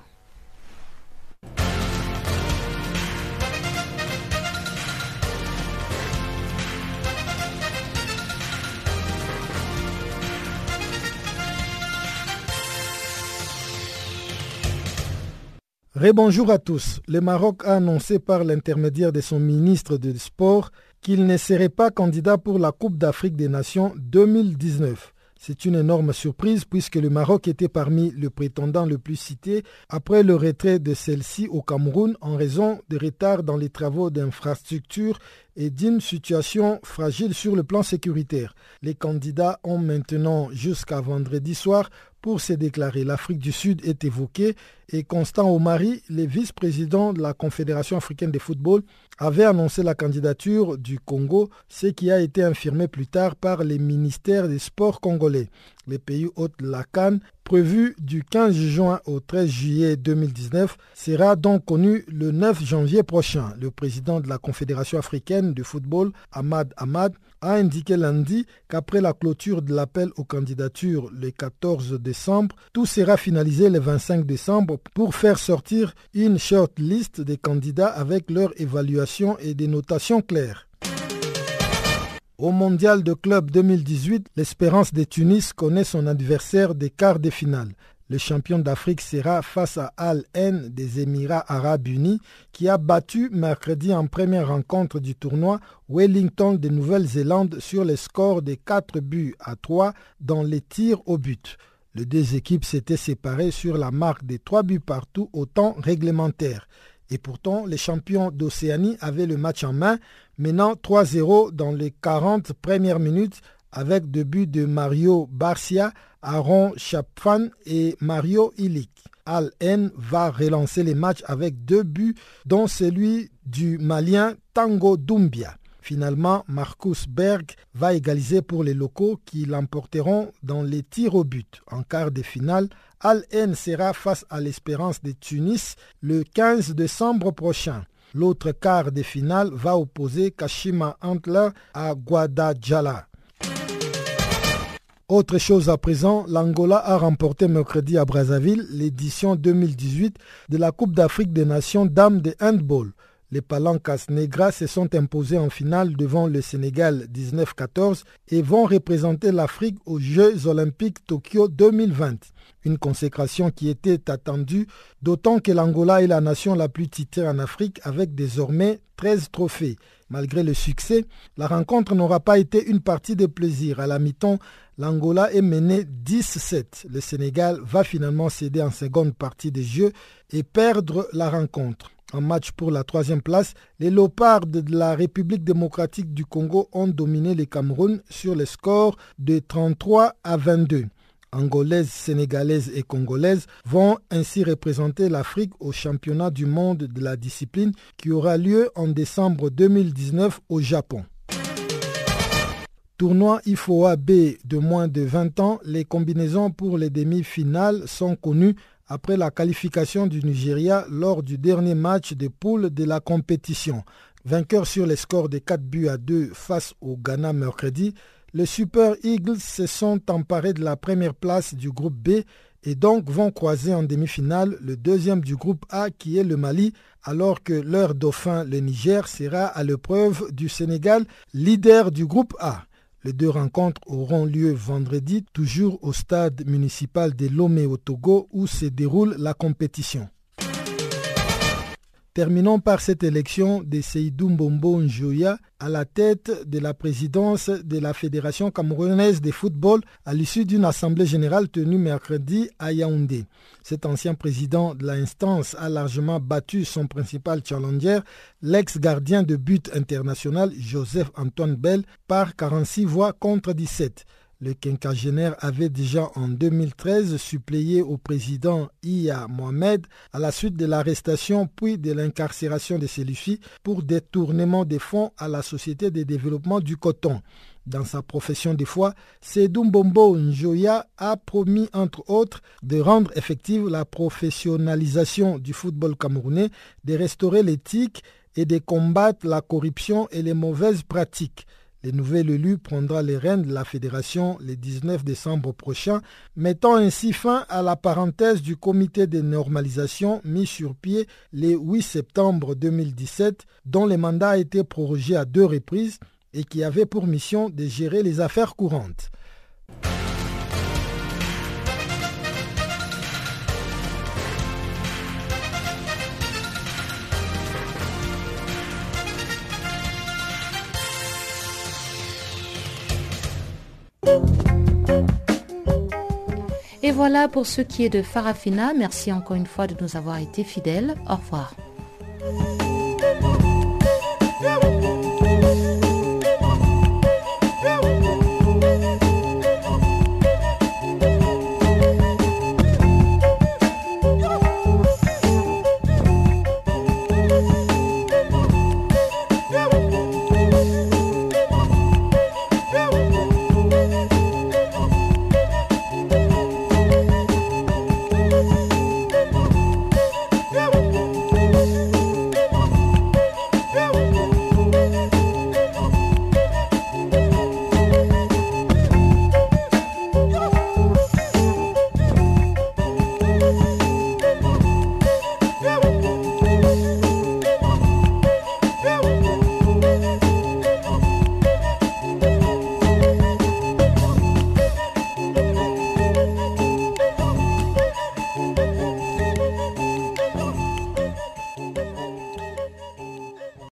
Rebonjour à tous. Le Maroc a annoncé par l'intermédiaire de son ministre des Sports qu'il ne serait pas candidat pour la Coupe d'Afrique des Nations deux mille dix-neuf. C'est une énorme surprise puisque le Maroc était parmi les prétendants le plus cités après le retrait de celle-ci au Cameroun en raison de retards dans les travaux d'infrastructure et d'une situation fragile sur le plan sécuritaire. Les candidats ont maintenant jusqu'à vendredi soir pour se déclarer. L'Afrique du Sud est évoquée et Constant Omari, le vice-président de la Confédération africaine de football, avait annoncé la candidature du Congo, ce qui a été infirmé plus tard par les ministères des Sports congolais. Les pays hôtes de la CAN, prévu du quinze juin au treize juillet deux mille dix-neuf, sera donc connu le neuf janvier prochain. Le président de la Confédération africaine de football, Ahmad Ahmad, a indiqué lundi qu'après la clôture de l'appel aux candidatures le quatorze décembre, tout sera finalisé le vingt-cinq décembre pour faire sortir une short list des candidats avec leur évaluation et des notations claires. Au Mondial de Club deux mille dix-huit, l'Espérance de Tunis connaît son adversaire des quarts de finale. Le champion d'Afrique sera face à Al-Ain des Émirats Arabes Unis qui a battu mercredi en première rencontre du tournoi Wellington de Nouvelle-Zélande sur le score de quatre buts à trois dans les tirs au but. Les deux équipes s'étaient séparées sur la marque des trois buts partout au temps réglementaire. Et pourtant, les champions d'Océanie avaient le match en main, menant trois zéro dans les quarante premières minutes avec deux buts de Mario Barcia, Aaron Chapfan et Mario Ilic. Al-Ain va relancer les matchs avec deux buts, dont celui du Malien Tango Doumbia. Finalement, Marcus Berg va égaliser pour les locaux qui l'emporteront dans les tirs au but. En quart de finale, Al-Ain sera face à l'Espérance de Tunis le quinze décembre prochain. L'autre quart de finale va opposer Kashima Antler à Guadalajara. Autre chose à présent, l'Angola a remporté mercredi à Brazzaville l'édition deux mille dix-huit de la Coupe d'Afrique des Nations dames de handball. Les Palancas Negras se sont imposés en finale devant le Sénégal dix-neuf quatorze et vont représenter l'Afrique aux Jeux Olympiques Tokyo deux mille vingt. Une consécration qui était attendue, d'autant que l'Angola est la nation la plus titrée en Afrique avec désormais treize trophées. Malgré le succès, la rencontre n'aura pas été une partie de plaisir. À la mi-temps, l'Angola est mené dix sept. Le Sénégal va finalement céder en seconde partie des Jeux et perdre la rencontre. En match pour la troisième place, les Léopards de la République démocratique du Congo ont dominé le Cameroun sur le score de trente-trois à vingt-deux. angolaises, sénégalaises et congolaises vont ainsi représenter l'Afrique au championnat du monde de la discipline qui aura lieu en décembre deux mille dix-neuf au Japon. Tournoi I F O A B de moins de vingt ans, les combinaisons pour les demi-finales sont connues après la qualification du Nigeria lors du dernier match de poule de la compétition. Vainqueur sur les scores de quatre buts à deux face au Ghana mercredi, les Super Eagles se sont emparés de la première place du groupe B et donc vont croiser en demi-finale le deuxième du groupe A qui est le Mali, alors que leur dauphin, le Niger, sera à l'épreuve du Sénégal, leader du groupe A. Les deux rencontres auront lieu vendredi, toujours au stade municipal de Lomé au Togo où se déroule la compétition. Terminons par cette élection de Seydou Mbombo Njoya à la tête de la présidence de la Fédération camerounaise de football à l'issue d'une assemblée générale tenue mercredi à Yaoundé. Cet ancien président de l'instance a largement battu son principal challenger, l'ex-gardien de but international Joseph-Antoine Bell, par quarante-six voix contre dix-sept. Le quinquagénaire avait déjà en deux mille treize suppléé au président Iya Mohamed à la suite de l'arrestation puis de l'incarcération de celui-ci pour détournement des fonds à la Société de développement du coton. Dans sa profession de foi, Seydou Mbombo Njoya a promis entre autres de rendre effective la professionnalisation du football camerounais, de restaurer l'éthique et de combattre la corruption et les mauvaises pratiques. Le nouvel élu prendra les rênes de la fédération le dix-neuf décembre prochain, mettant ainsi fin à la parenthèse du comité de normalisation mis sur pied le huit septembre deux mille dix-sept, dont le mandat a été prorogé à deux reprises et qui avait pour mission de gérer les affaires courantes. Et voilà pour ce qui est de Farafina. Merci encore une fois de nous avoir été fidèles. Au revoir.